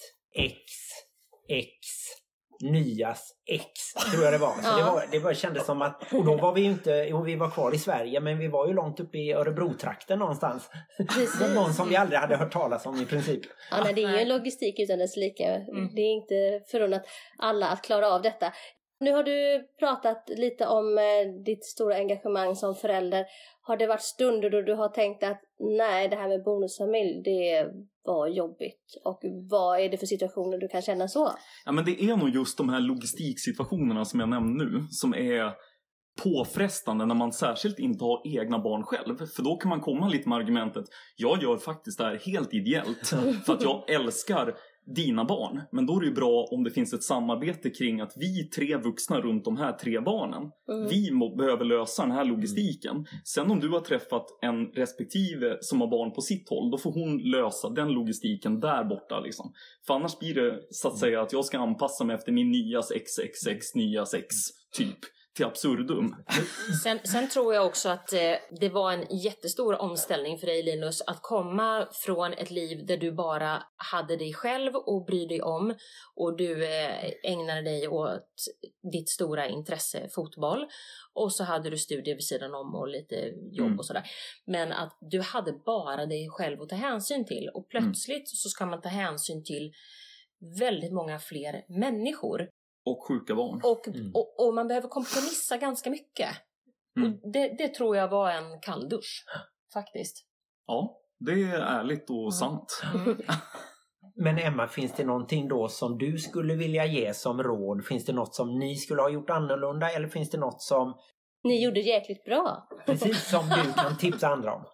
ex nyas ex, tror jag det var. Så det kändes som att, och då var vi inte, vi var kvar i Sverige, men vi var ju långt uppe i Örebro-trakten någonstans. Precis. Någon som vi aldrig hade hört talas om i princip. Ja, nej, det är ju en logistik utan dess like. Det är inte förunnat alla att klara av detta. Nu har du pratat lite om ditt stora engagemang som förälder. Har det varit stunder då du har tänkt att nej, det här med bonusfamilj, det var jobbigt? Och vad är det för situationer du kan känna så? Ja, men det är nog just de här logistiksituationerna som jag nämnde nu som är påfrestande när man särskilt inte har egna barn själv. För då kan man komma lite med argumentet, jag gör faktiskt det här helt ideellt för att jag älskar dina barn. Men då är det ju bra om det finns ett samarbete kring att vi 3 vuxna runt de här 3 barnen, vi behöver lösa den här logistiken. Sen om du har träffat en respektive som har barn på sitt håll, då får hon lösa den logistiken där borta liksom. För annars blir det så att säga att jag ska anpassa mig efter min nyas XXX nyas X typ till absurdum. Sen tror jag också att det var en jättestor omställning för dig, Linus, att komma från ett liv där du bara hade dig själv och bry dig om, och du ägnade dig åt ditt stora intresse, fotboll, och så hade du studier vid sidan om och lite jobb och sådär. Men att du hade bara dig själv att ta hänsyn till, och plötsligt så ska man ta hänsyn till väldigt många fler människor. Och sjuka barn. Och man behöver kompromissa ganska mycket. Och det tror jag var en kalldusch, faktiskt. Ja, det är ärligt och sant. Men Emma, finns det någonting då som du skulle vilja ge som råd? Finns det något som ni skulle ha gjort annorlunda? Eller finns det något som... Ni gjorde jäkligt bra. Precis, som du kan tipsa andra om?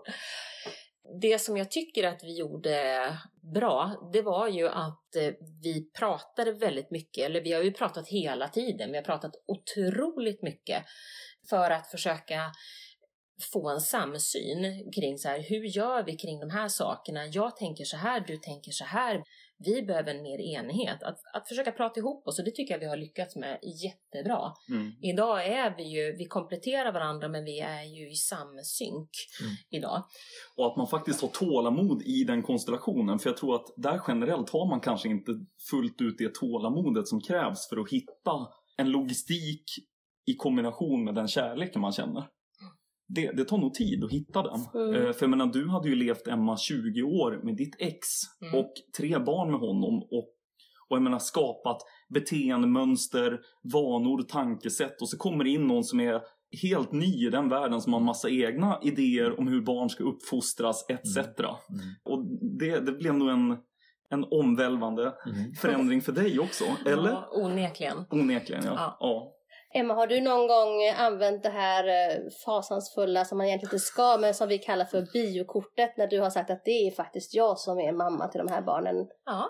Det som jag tycker att vi gjorde bra, det var ju att vi pratade väldigt mycket, eller vi har ju pratat hela tiden, vi har pratat otroligt mycket för att försöka få en samsyn kring så här, hur gör vi kring de här sakerna? Jag tänker så här, du tänker så här. Vi behöver en mer enhet. Att försöka prata ihop oss, och det tycker jag vi har lyckats med jättebra. Idag är vi kompletterar varandra, men vi är ju i samsynk idag. Och att man faktiskt har tålamod i den konstellationen. För jag tror att där generellt har man kanske inte fullt ut det tålamodet som krävs för att hitta en logistik i kombination med den kärleken man känner. Det tar nog tid att hitta den. För jag menar, du hade ju levt, Emma, 20 år med ditt ex och 3 barn med honom, och jag menar skapat beteendemönster, vanor, tankesätt, och så kommer det in någon som är helt ny i den världen, som har en massa egna idéer om hur barn ska uppfostras etc. Och det blev nog en omvälvande förändring för dig också, eller? Ja, onekligen. Onekligen, ja. Emma, har du någon gång använt det här fasansfulla som man egentligen inte ska, men som vi kallar för biokortet, när du har sagt att det är faktiskt jag som är mamma till de här barnen? Ja.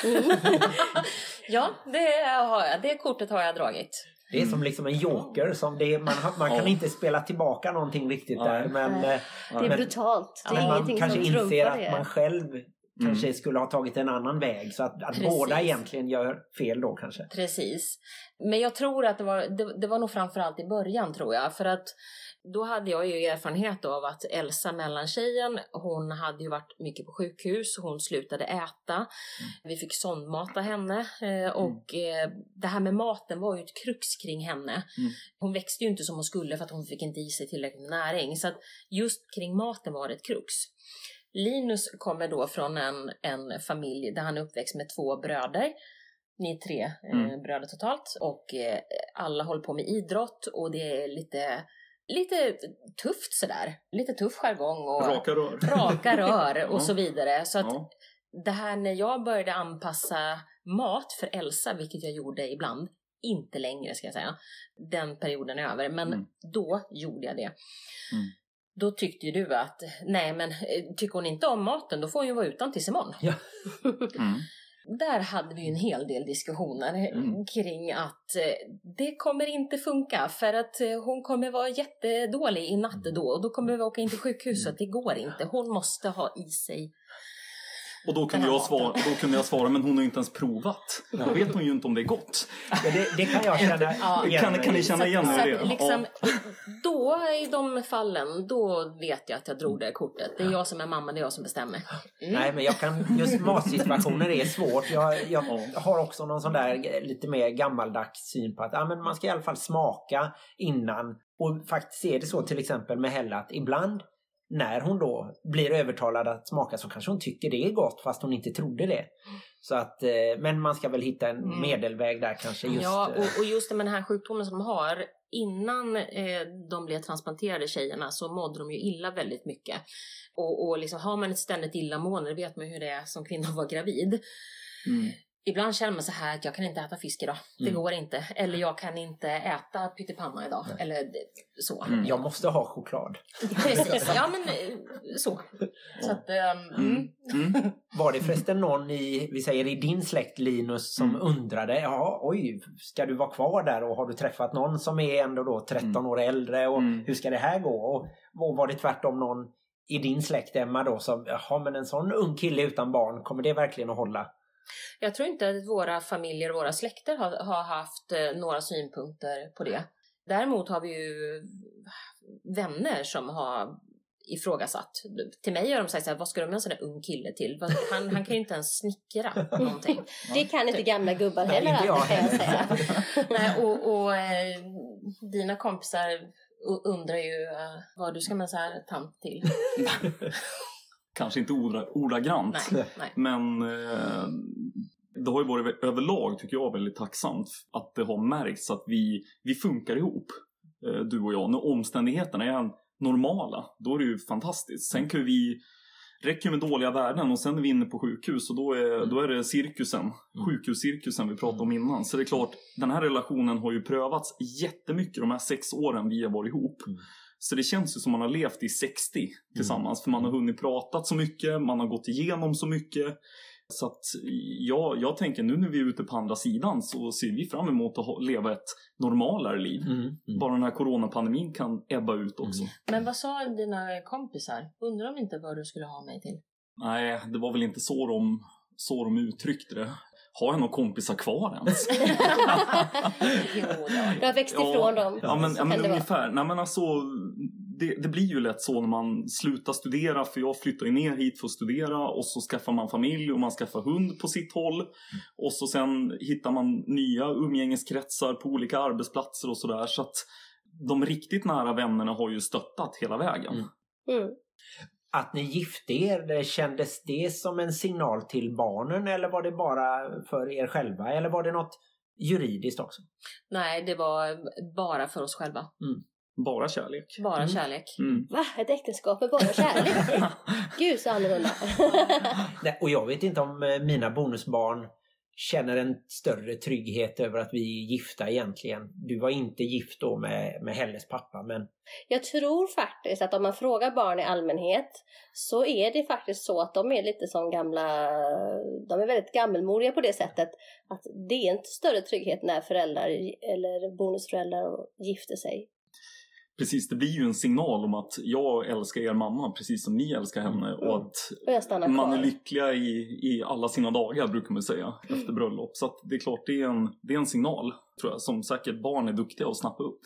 Ja, det kortet har jag dragit. Det är som liksom en joker, som man kan inte spela tillbaka någonting riktigt där. Men, det är brutalt. Det är men man ingenting kanske som inser trumfar att man själv kanske skulle ha tagit en annan väg. Så att båda egentligen gör fel då kanske. Precis. Men jag tror att det var nog framförallt i början, tror jag. För att då hade jag ju erfarenhet av att Elsa, mellantjejen, hon hade ju varit mycket på sjukhus. Hon slutade äta. Vi fick sondmata henne. Och det här med maten var ju ett krux kring henne. Hon växte ju inte som hon skulle för att hon fick inte i sig tillräckligt med näring. Så att just kring maten var det ett krux. Linus kommer då från en familj där han är uppväxt med 2 bröder. Ni är 3 bröder totalt. Och alla håller på med idrott. Och det är lite tufft sådär. Lite tuff jargong. Och raka rör och så vidare. Så att det här, när jag började anpassa mat för Elsa, vilket jag gjorde ibland. Inte längre, ska jag säga. Den perioden är över. Men då gjorde jag det. Då tyckte ju du att, nej men tycker hon inte om maten, då får hon ju vara utan tills imorgon. Ja. Där hade vi ju en hel del diskussioner kring att det kommer inte funka, för att hon kommer vara jättedålig i natt då, och då kommer vi åka in till sjukhuset. Det går inte, hon måste ha i sig. Och då kunde jag svara, men hon har ju inte ens provat. Då vet hon ju inte om det är gott. Ja, det kan jag känna igen. Kan ni känna igen det? Liksom, då i de fallen, då vet jag att jag drog det kortet. Det är jag som är mamma, det är jag som bestämmer. Nej, men just matsituationer är svårt. Jag har också någon sån där lite mer gammaldags syn på att men man ska i alla fall smaka innan. Och faktiskt är det så till exempel med Hella, att ibland när hon då blir övertalad att smaka, så kanske hon tycker det är gott fast hon inte trodde det. Så att, men man ska väl hitta en medelväg där kanske. Just, ja, och just med den här sjukdomen som de har, innan de blev transplanterade, tjejerna, så mådde de ju illa väldigt mycket. Och liksom, har man ett ständigt illamående, vet man hur det är som kvinna att vara gravid. Ibland känner man så här att jag kan inte äta fisk idag. Det går inte. Eller jag kan inte äta pyttipanna idag. Eller så. Jag måste ha choklad. Precis, ja men så. Så att, Var det förresten någon i din släkt, Linus, som undrade, ska du vara kvar där, och har du träffat någon som är ändå då 13 år äldre, och hur ska det här gå? Och var det tvärtom någon i din släkt, Emma, då, som, men en sån ung kille utan barn, kommer det verkligen att hålla? Jag tror inte att våra familjer och våra släkter har haft några synpunkter på det. Däremot har vi ju vänner som har ifrågasatt. Till mig har de sagt så här, vad ska de med en sån där ung kille till? Han kan ju inte ens snickra någonting. Det kan inte gamla gubbar heller, kan jag säga. Nej, och dina kompisar undrar ju vad du ska med så här tant till. Kanske inte ordagrant. Nej. Men det har ju varit överlag, tycker jag, väldigt tacksamt att det har märkts att vi funkar ihop, du och jag. När omständigheterna är normala, då är det ju fantastiskt. Sen kan räcker med dåliga värden och sen är vi inne på sjukhus och då är det sjukhuscirkusen vi pratade om innan. Så det är klart, den här relationen har ju prövats jättemycket de här 6 åren vi har varit ihop. Så det känns ju som man har levt i 60 tillsammans. För man har hunnit pratat så mycket, man har gått igenom så mycket. Så att jag tänker, nu när vi är ute på andra sidan så ser vi fram emot att leva ett normalare liv. Bara den här coronapandemin kan ebba ut också. Men vad sa dina kompisar? Undrar de inte vad du skulle ha mig till? Nej, det var väl inte så de uttryckte det. Har jag några kompisar kvar ens? Du har växt ifrån dem. Ja, men ungefär. Nej, men alltså, det blir ju lätt så när man slutar studera. För jag flyttar ju ner hit för att studera. Och så skaffar man familj och man skaffar hund på sitt håll. Och så sen hittar man nya umgängeskretsar på olika arbetsplatser och sådär. Så att de riktigt nära vännerna har ju stöttat hela vägen. Att ni gifte er, kändes det som en signal till barnen eller var det bara för er själva eller var det något juridiskt också? Nej, det var bara för oss själva. Bara kärlek. Bara kärlek. Va? Ett äktenskap är bara kärlek? Gud, så annorlunda. Nej, och jag vet inte om mina bonusbarn känner en större trygghet över att vi är gifta egentligen. Du var inte gift då med Helles pappa, men... Jag tror faktiskt att om man frågar barn i allmänhet så är det faktiskt så att de är lite som de är väldigt gammelmodiga på det sättet att det är inte större trygghet när föräldrar eller bonusföräldrar gifter sig. Precis, det blir ju en signal om att jag älskar er mamma precis som ni älskar henne. Och att man är lyckliga i alla sina dagar, brukar man säga, efter bröllop. Så att det är klart, det är en signal, tror jag, som säkert barn är duktiga att snappa upp.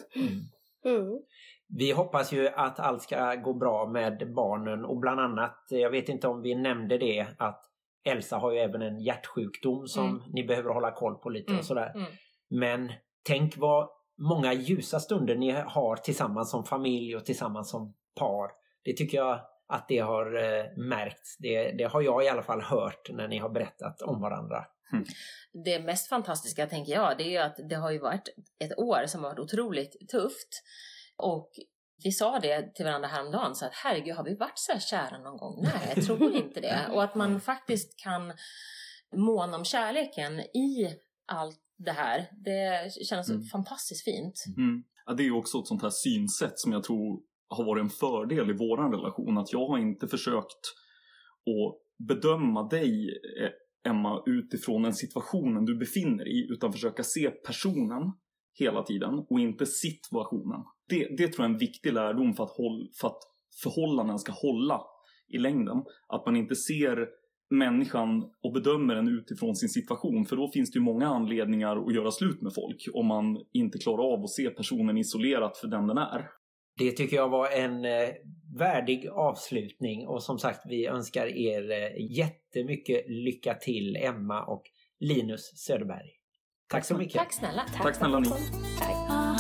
Vi hoppas ju att allt ska gå bra med barnen och bland annat, jag vet inte om vi nämnde det, att Elsa har ju även en hjärtsjukdom som ni behöver hålla koll på lite och sådär. Men tänk vad många ljusa stunder ni har tillsammans som familj och tillsammans som par. Det tycker jag att det har märkts. Det har jag i alla fall hört när ni har berättat om varandra. Det mest fantastiska, tänker jag, det är ju att det har ju varit ett år som har varit otroligt tufft. Och vi sa det till varandra häromdagen, så att herregud, har vi varit så här kära någon gång? Nej, jag tror inte det. Och att man faktiskt kan måna om kärleken i allt det här, det känns fantastiskt fint. Ja, det är ju också ett sånt här synsätt som jag tror har varit en fördel i våran relation. Att jag har inte försökt att bedöma dig, Emma, utifrån den situationen du befinner i, utan försöka se personen hela tiden och inte situationen. Det tror jag är en viktig lärdom för att förhållanden ska hålla i längden. Att man inte ser människan och bedömer den utifrån sin situation, för då finns det ju många anledningar att göra slut med folk om man inte klarar av att se personen isolerat för den är. Det tycker jag var en värdig avslutning och som sagt, vi önskar er jättemycket lycka till, Emma och Linus Söderberg. Tack så mycket. Tack snälla. Tack snälla ni. Tack.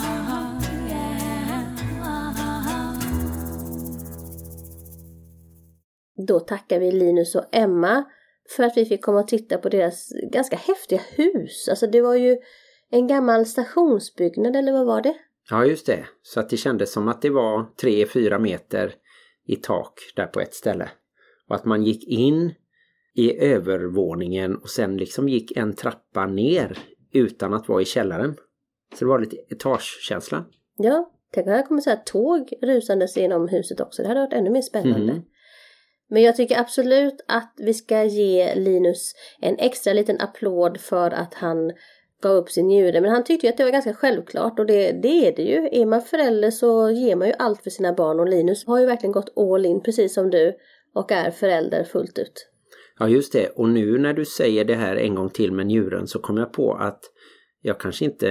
Då tackar vi Linus och Emma för att vi fick komma och titta på deras ganska häftiga hus. Alltså det var ju en gammal stationsbyggnad, eller vad var det? Ja, just det. Så att det kändes som att det var 3-4 meter i tak där på ett ställe. Och att man gick in i övervåningen och sen liksom gick en trappa ner utan att vara i källaren. Så det var lite etagekänsla. Ja, tänk att här kommer så här tåg rusandes genom huset också. Det hade varit ännu mer spännande. Men jag tycker absolut att vi ska ge Linus en extra liten applåd för att han gav upp sin njure. Men han tyckte ju att det var ganska självklart, och det är det ju. Är man förälder så ger man ju allt för sina barn, och Linus har ju verkligen gått all in precis som du och är förälder fullt ut. Ja, just det. Och nu när du säger det här en gång till med njuren så kom jag på att jag kanske inte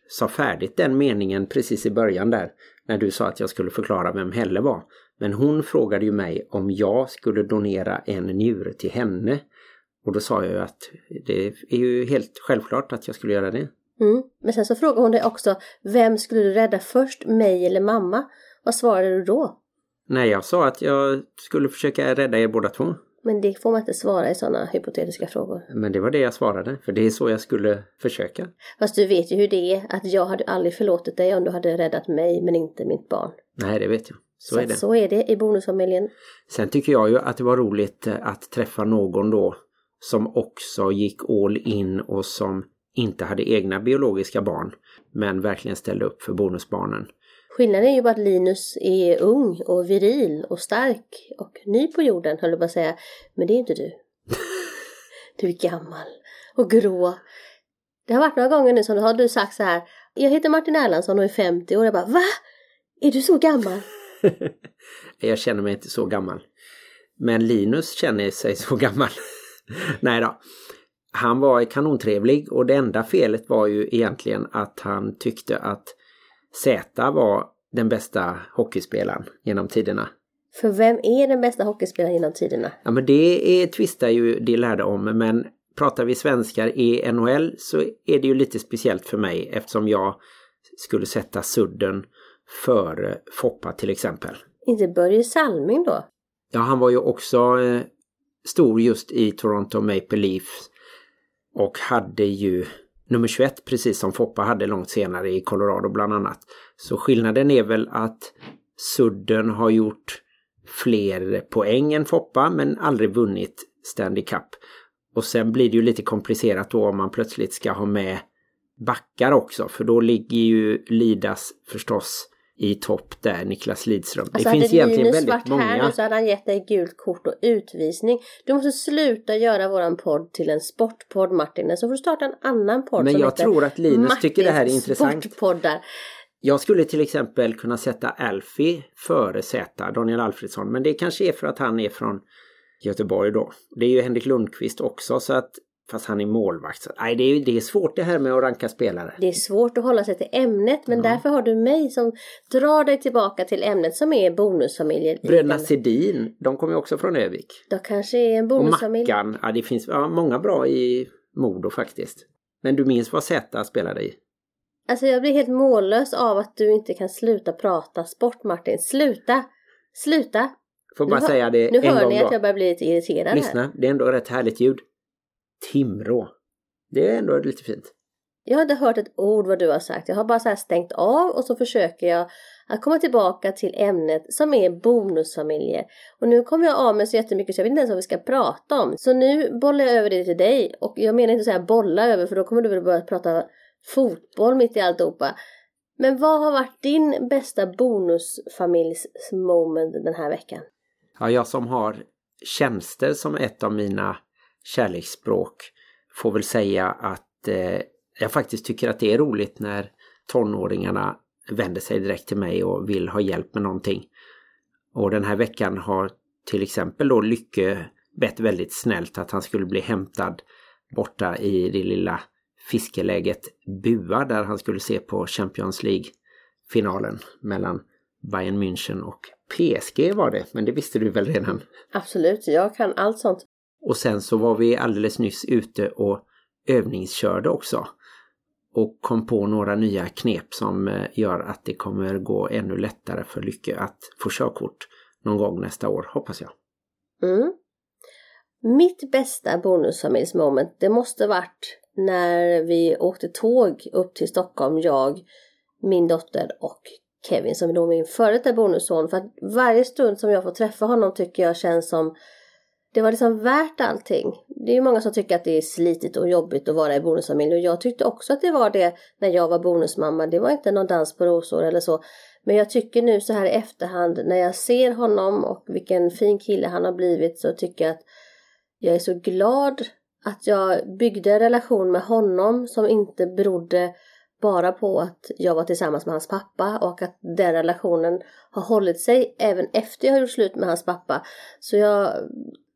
sa färdigt den meningen precis i början där. När du sa att jag skulle förklara vem Helle var. Men hon frågade ju mig om jag skulle donera en njure till henne. Och då sa jag ju att det är ju helt självklart att jag skulle göra det. Men sen så frågade hon dig också, vem skulle du rädda först, mig eller mamma? Vad svarade du då? Nej, jag sa att jag skulle försöka rädda er båda två. Men det får man inte svara i sådana hypotetiska frågor. Men det var det jag svarade, för det är så jag skulle försöka. Fast du vet ju hur det är, att jag hade aldrig förlåtit dig om du hade räddat mig men inte mitt barn. Nej, det vet jag. Så är det. Så är det i bonusfamiljen. Sen tycker jag ju att det var roligt att träffa någon då som också gick all in och som inte hade egna biologiska barn, men verkligen ställde upp för bonusbarnen. Skillnaden är ju bara att Linus är ung och viril och stark och ny på jorden, höll jag bara säga. Men det är inte du. Du är gammal och grå. Det har varit några gånger nu som har du sagt så här: jag heter Martin Erlandsson och är 50 år. Jag bara, va? Är du så gammal? Jag känner mig inte så gammal. Men Linus känner sig så gammal. Nej då. Han var kanontrevlig och det enda felet var ju egentligen att han tyckte att Zäta var den bästa hockeyspelaren genom tiderna. För vem är den bästa hockeyspelaren genom tiderna? Ja, men det tvistar ju de lärde om, men pratar vi svenskar i NHL så är det ju lite speciellt för mig eftersom jag skulle sätta Sudden före Foppa till exempel. Inte Börje Salming då? Ja, han var ju också stor just i Toronto Maple Leafs och hade ju nummer 21 precis som Foppa hade långt senare i Colorado bland annat. Så skillnaden är väl att Sudden har gjort fler poäng än Foppa men aldrig vunnit Stanley Cup. Och sen blir det ju lite komplicerat då om man plötsligt ska ha med backar också. För då ligger ju Lidas förstås i topp där, Niklas Lidström. Alltså det finns egentligen Linus väldigt varit många. Här nu så hade han gett dig gult kort och utvisning. Du måste sluta göra våran podd till en sportpodd, Martin. Så får du starta en annan podd. Men som jag heter tror att Linus Martins tycker det här är intressant. Sportpoddar. Jag skulle till exempel kunna sätta Alfie före Zäta, Daniel Alfredsson. Men det kanske är för att han är från Göteborg då. Det är ju Henrik Lundqvist också, så att fast han är målvakt. Så, nej, det är svårt det här med att ranka spelare. Det är svårt att hålla sig till ämnet, men därför har du mig som drar dig tillbaka till ämnet som är bonusfamiljer. Bröderna Sedin, de kommer ju också från Övik. Då kanske är en bonusfamilj. Och Mackan, ja, det finns många bra i Modo faktiskt. Men du minns vad Zäta spelade i? Alltså jag blir helt mållös av att du inte kan sluta prata sport, Martin. Sluta! Får bara säga det nu en gång hör ni då. att jag börjar bli lite irriterad. Lyssna, här. det är ändå rätt härligt ljud. Timrå. Det är ändå lite fint. Jag har inte hört ett ord vad du har sagt. Jag har bara så här stängt av och så försöker jag att komma tillbaka till ämnet som är bonusfamiljer. Och nu kommer jag av mig så jättemycket så jag vet inte ens vad vi ska prata om. Så nu bollar jag över det till dig. Och jag menar inte så här bolla över, för då kommer du väl börja prata fotboll mitt i alltihopa. Men vad har varit din bästa bonusfamiljsmoment den här veckan? Ja, jag som har tjänster som ett av mina kärleksspråk får väl säga att jag faktiskt tycker att det är roligt när tonåringarna vänder sig direkt till mig och vill ha hjälp med någonting. Och den här veckan har till exempel då Lycke bett väldigt snällt att han skulle bli hämtad borta i det lilla fiskeläget Bua där han skulle se på Champions League-finalen mellan Bayern München och PSG var det, men det visste du väl redan? Absolut, jag kan allt sånt. Och sen så var vi alldeles nyss ute och övningskörde också. Och kom på några nya knep som gör att det kommer gå ännu lättare för Lycke att få körkort någon gång nästa år, hoppas jag. Mitt bästa bonusfamiljsmoment, det måste varit när vi åkte tåg upp till Stockholm, jag, min dotter och Kevin som är då min före detta bonusson. För att varje stund som jag får träffa honom tycker jag känns som det var liksom värt allting. Det är ju många som tycker att det är slitigt och jobbigt att vara i bonusfamilj. Och jag tyckte också att det var det när jag var bonusmamma. Det var inte någon dans på rosor eller så. Men jag tycker nu så här i efterhand när jag ser honom och vilken fin kille han har blivit, så tycker jag att jag är så glad att jag byggde en relation med honom som inte berodde bara på att jag var tillsammans med hans pappa, och att den relationen har hållit sig även efter jag har gjort slut med hans pappa. Så jag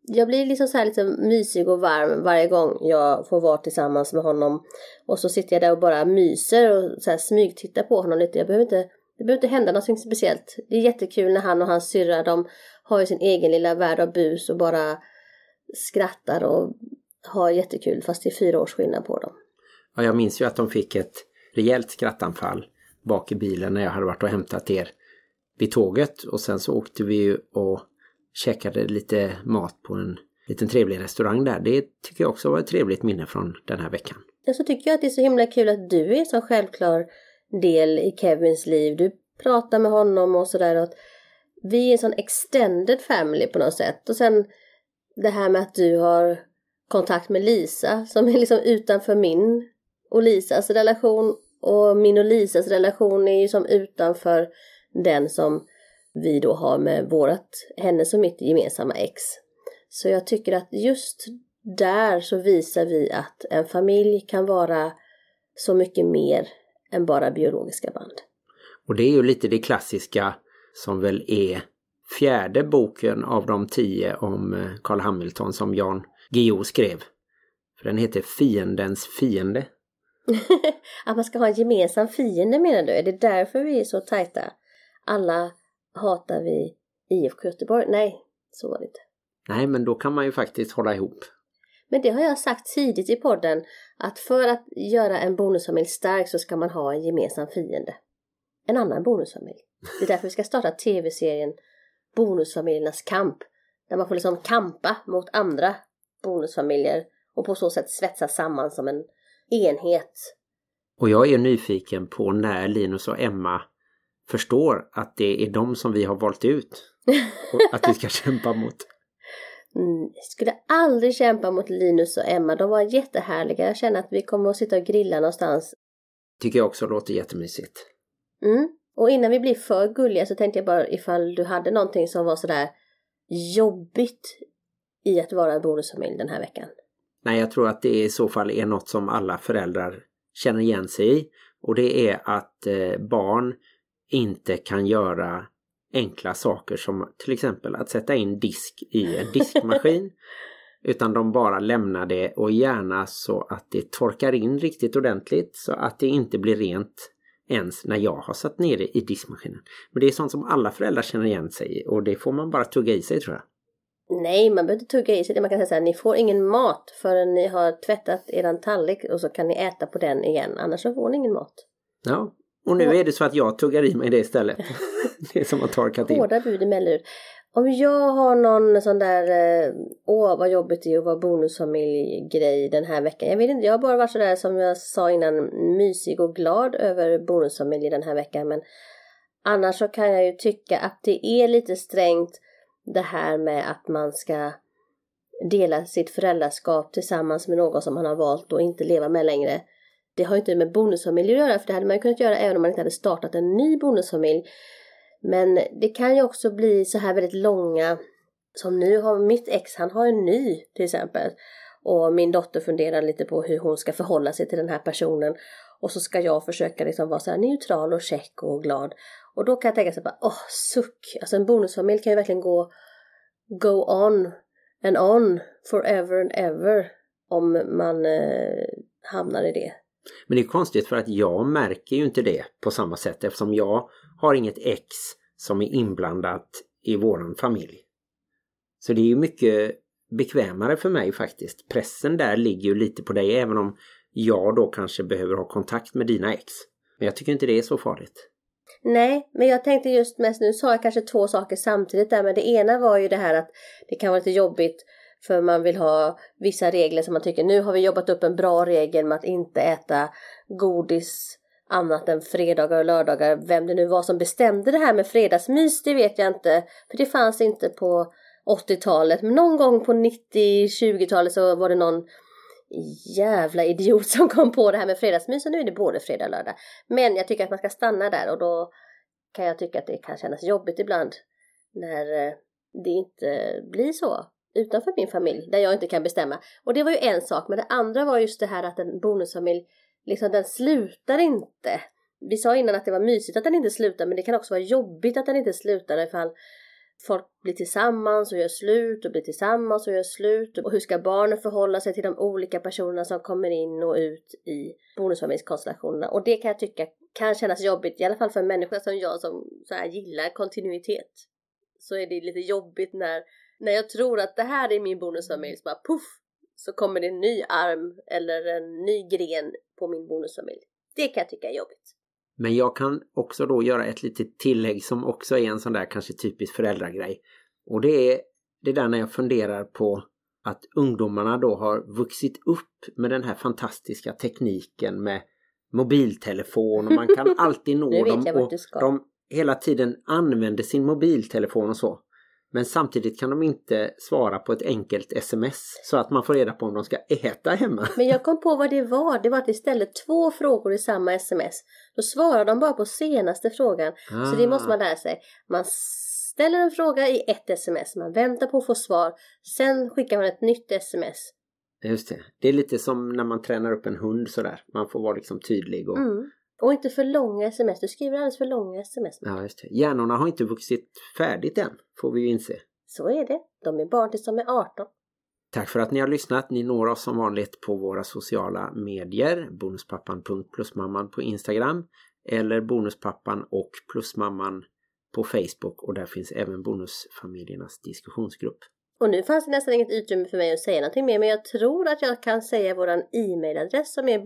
jag blir liksom så här lite mysig och varm varje gång jag får vara tillsammans med honom. Och så sitter jag där och bara myser och så här smygtittar på honom lite. Det behöver inte hända något speciellt. Det är jättekul när han och hans syrra, de har ju sin egen lilla värld av bus och bara skrattar och har jättekul, fast det är 4 års skillnad på dem. Ja, jag minns ju att de fick ett rejält skrattanfall bak i bilen när jag hade varit och hämtat er vid tåget. Och sen så åkte vi ju och käkade lite mat på en liten trevlig restaurang där. Det tycker jag också var ett trevligt minne från den här veckan. Ja, så tycker jag att det är så himla kul att du är en så självklar del i Kevins liv. Du pratar med honom och sådär. Att vi är en sån extended family på något sätt. Och sen det här med att du har kontakt med Lisa som är liksom utanför min och Lisas relation. Och min och Lisas relation är ju som utanför den som vi då har med hennes och mitt gemensamma ex. Så jag tycker att just där så visar vi att en familj kan vara så mycket mer än bara biologiska band. Och det är ju lite det klassiska som väl är 4:e boken av de 10 om Carl Hamilton som Jan Guillou skrev. För den heter Fiendens fiende. Att man ska ha en gemensam fiende, menar du? Är det därför vi är så tajta? Alla hatar vi IFK Göteborg? Nej, så var det inte. Nej, men då kan man ju faktiskt hålla ihop. Men det har jag sagt tidigt i podden, att för att göra en bonusfamilj stark så ska man ha en gemensam fiende. En annan bonusfamilj. Det är därför vi ska starta tv-serien Bonusfamiljernas kamp. Där man får liksom kampa mot andra bonusfamiljer och på så sätt svetsa samman som en enhet. Och jag är nyfiken på när Linus och Emma förstår att det är de som vi har valt ut och att vi ska kämpa mot. Jag skulle aldrig kämpa mot Linus och Emma. De var jättehärliga. Jag känner att vi kommer att sitta och grilla någonstans. Tycker jag också låter jättemysigt. Och innan vi blir för gulliga så tänkte jag bara ifall du hade någonting som var sådär jobbigt i att vara en bonusfamilj den här veckan. Nej, jag tror att det i så fall är något som alla föräldrar känner igen sig i. Och det är att barn inte kan göra enkla saker som till exempel att sätta in disk i en diskmaskin. Utan de bara lämnar det och gärna så att det torkar in riktigt ordentligt så att det inte blir rent ens när jag har satt ner det i diskmaskinen. Men det är sånt som alla föräldrar känner igen sig i och det får man bara tugga i sig, tror jag. Nej, man behöver inte tugga i sig det. Man kan säga så här, ni får ingen mat förrän ni har tvättat eran tallrik och så kan ni äta på den igen. Annars så får ni ingen mat. Ja, och nu är det så att jag tuggar i mig det istället. Det är som att torkat in. Hårda bud emellan. Om jag har någon sån där, vad jobbigt det är att vara bonusfamilj-grej den här veckan. Jag vet inte, jag har bara varit så där som jag sa innan, mysig och glad över bonusfamilj den här veckan. Men annars så kan jag ju tycka att det är lite strängt det här med att man ska dela sitt föräldraskap tillsammans med någon som man har valt och inte leva med längre. Det har ju inte med bonusfamilj att göra, för det hade man ju kunnat göra även om man inte hade startat en ny bonusfamilj. Men det kan ju också bli så här väldigt långa, som nu har mitt ex, han har en ny till exempel. Och min dotter funderar lite på hur hon ska förhålla sig till den här personen. Och så ska jag försöka liksom vara så här neutral och check och glad. Och då kan jag tänka så bara, suck. Alltså en bonusfamilj kan ju verkligen go on and on forever and ever om man hamnar i det. Men det är konstigt för att jag märker ju inte det på samma sätt eftersom jag har inget ex som är inblandat i våran familj. Så det är ju mycket bekvämare för mig faktiskt. Pressen där ligger ju lite på dig även om jag då kanske behöver ha kontakt med dina ex. Men jag tycker inte det är så farligt. Nej, men jag tänkte just mest, nu sa jag kanske 2 saker samtidigt där, men det ena var ju det här att det kan vara lite jobbigt för man vill ha vissa regler som man tycker, nu har vi jobbat upp en bra regel med att inte äta godis annat än fredagar och lördagar. Vem det nu var som bestämde det här med fredagsmys, det vet jag inte, för det fanns inte på 80-talet, men någon gång på 90-20-talet så var det någon jävla idiot som kom på det här med fredagsmys och nu är det både fredag och lördag. Men jag tycker att man ska stanna där och då kan jag tycka att det kan kännas jobbigt ibland när det inte blir så utanför min familj där jag inte kan bestämma. Och det var ju en sak, men det andra var just det här att en bonusfamilj liksom den slutar inte. Vi sa innan att det var mysigt att den inte slutar, men det kan också vara jobbigt att den inte slutar ifall folk blir tillsammans och gör slut och blir tillsammans och gör slut. Och hur ska barnen förhålla sig till de olika personerna som kommer in och ut i bonusfamiljskonstellationerna. Och det kan jag tycka kan kännas jobbigt, i alla fall för en människa som jag som så här gillar kontinuitet. Så är det lite jobbigt när jag tror att det här är min bonusfamilj, så bara puff, så kommer det en ny arm eller en ny gren på min bonusfamilj. Det kan jag tycka är jobbigt. Men jag kan också då göra ett litet tillägg som också är en sån där kanske typisk föräldragrej. Och det är det där när jag funderar på att ungdomarna då har vuxit upp med den här fantastiska tekniken med mobiltelefon och man kan alltid nå dem och de hela tiden använder sin mobiltelefon och så. Men samtidigt kan de inte svara på ett enkelt sms så att man får reda på om de ska äta hemma. Men jag kom på vad det var. Det var att de ställde 2 frågor i samma sms. Då svarar de bara på senaste frågan. Så det måste man lära sig. Man ställer en fråga i ett sms. Man väntar på att få svar. Sen skickar man ett nytt sms. Just det. Det är lite som när man tränar upp en hund sådär. Man får vara liksom tydlig och... Och inte för långa sms. Du skriver alldeles för långa sms. Ja, just det. Hjärnorna har inte vuxit färdigt än, får vi ju inse. Så är det. De är barn tills de är 18. Tack för att ni har lyssnat. Ni når oss som vanligt på våra sociala medier. Bonuspappan.plusmamman på Instagram. Eller Bonuspappan och Plusmamman på Facebook. Och där finns även Bonusfamiljernas diskussionsgrupp. Och nu fanns det nästan inget utrymme för mig att säga någonting mer. Men jag tror att jag kan säga våran e-mailadress som är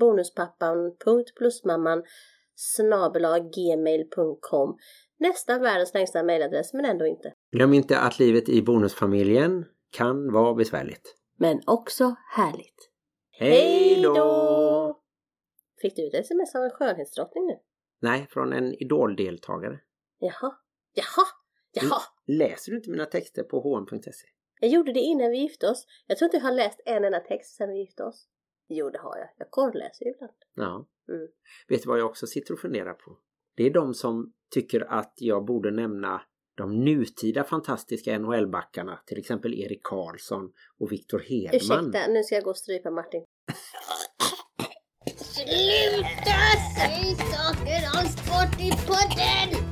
bonuspappan.plusmamman@gmail.com. Nästan världens längsta mailadress, men ändå inte. Glöm inte att livet i bonusfamiljen kan vara besvärligt. Men också härligt. Hej då! Fick du ett sms av en skönhetsdrottning nu? Nej, från en idoldeltagare. Jaha. Läser du inte mina texter på hm.se? Jag gjorde det innan vi gifte oss. Jag tror inte jag har läst en enda text sedan vi gifte oss. Jo, det har jag. Jag korrläser ju ibland. Ja. Vet du vad jag också sitter och funderar på? Det är de som tycker att jag borde nämna de nutida fantastiska NHL-backarna. Till exempel Erik Karlsson och Victor Hedman. Ursäkta, nu ska jag gå och strypa Martin. Sluta säg saker om sport i podden!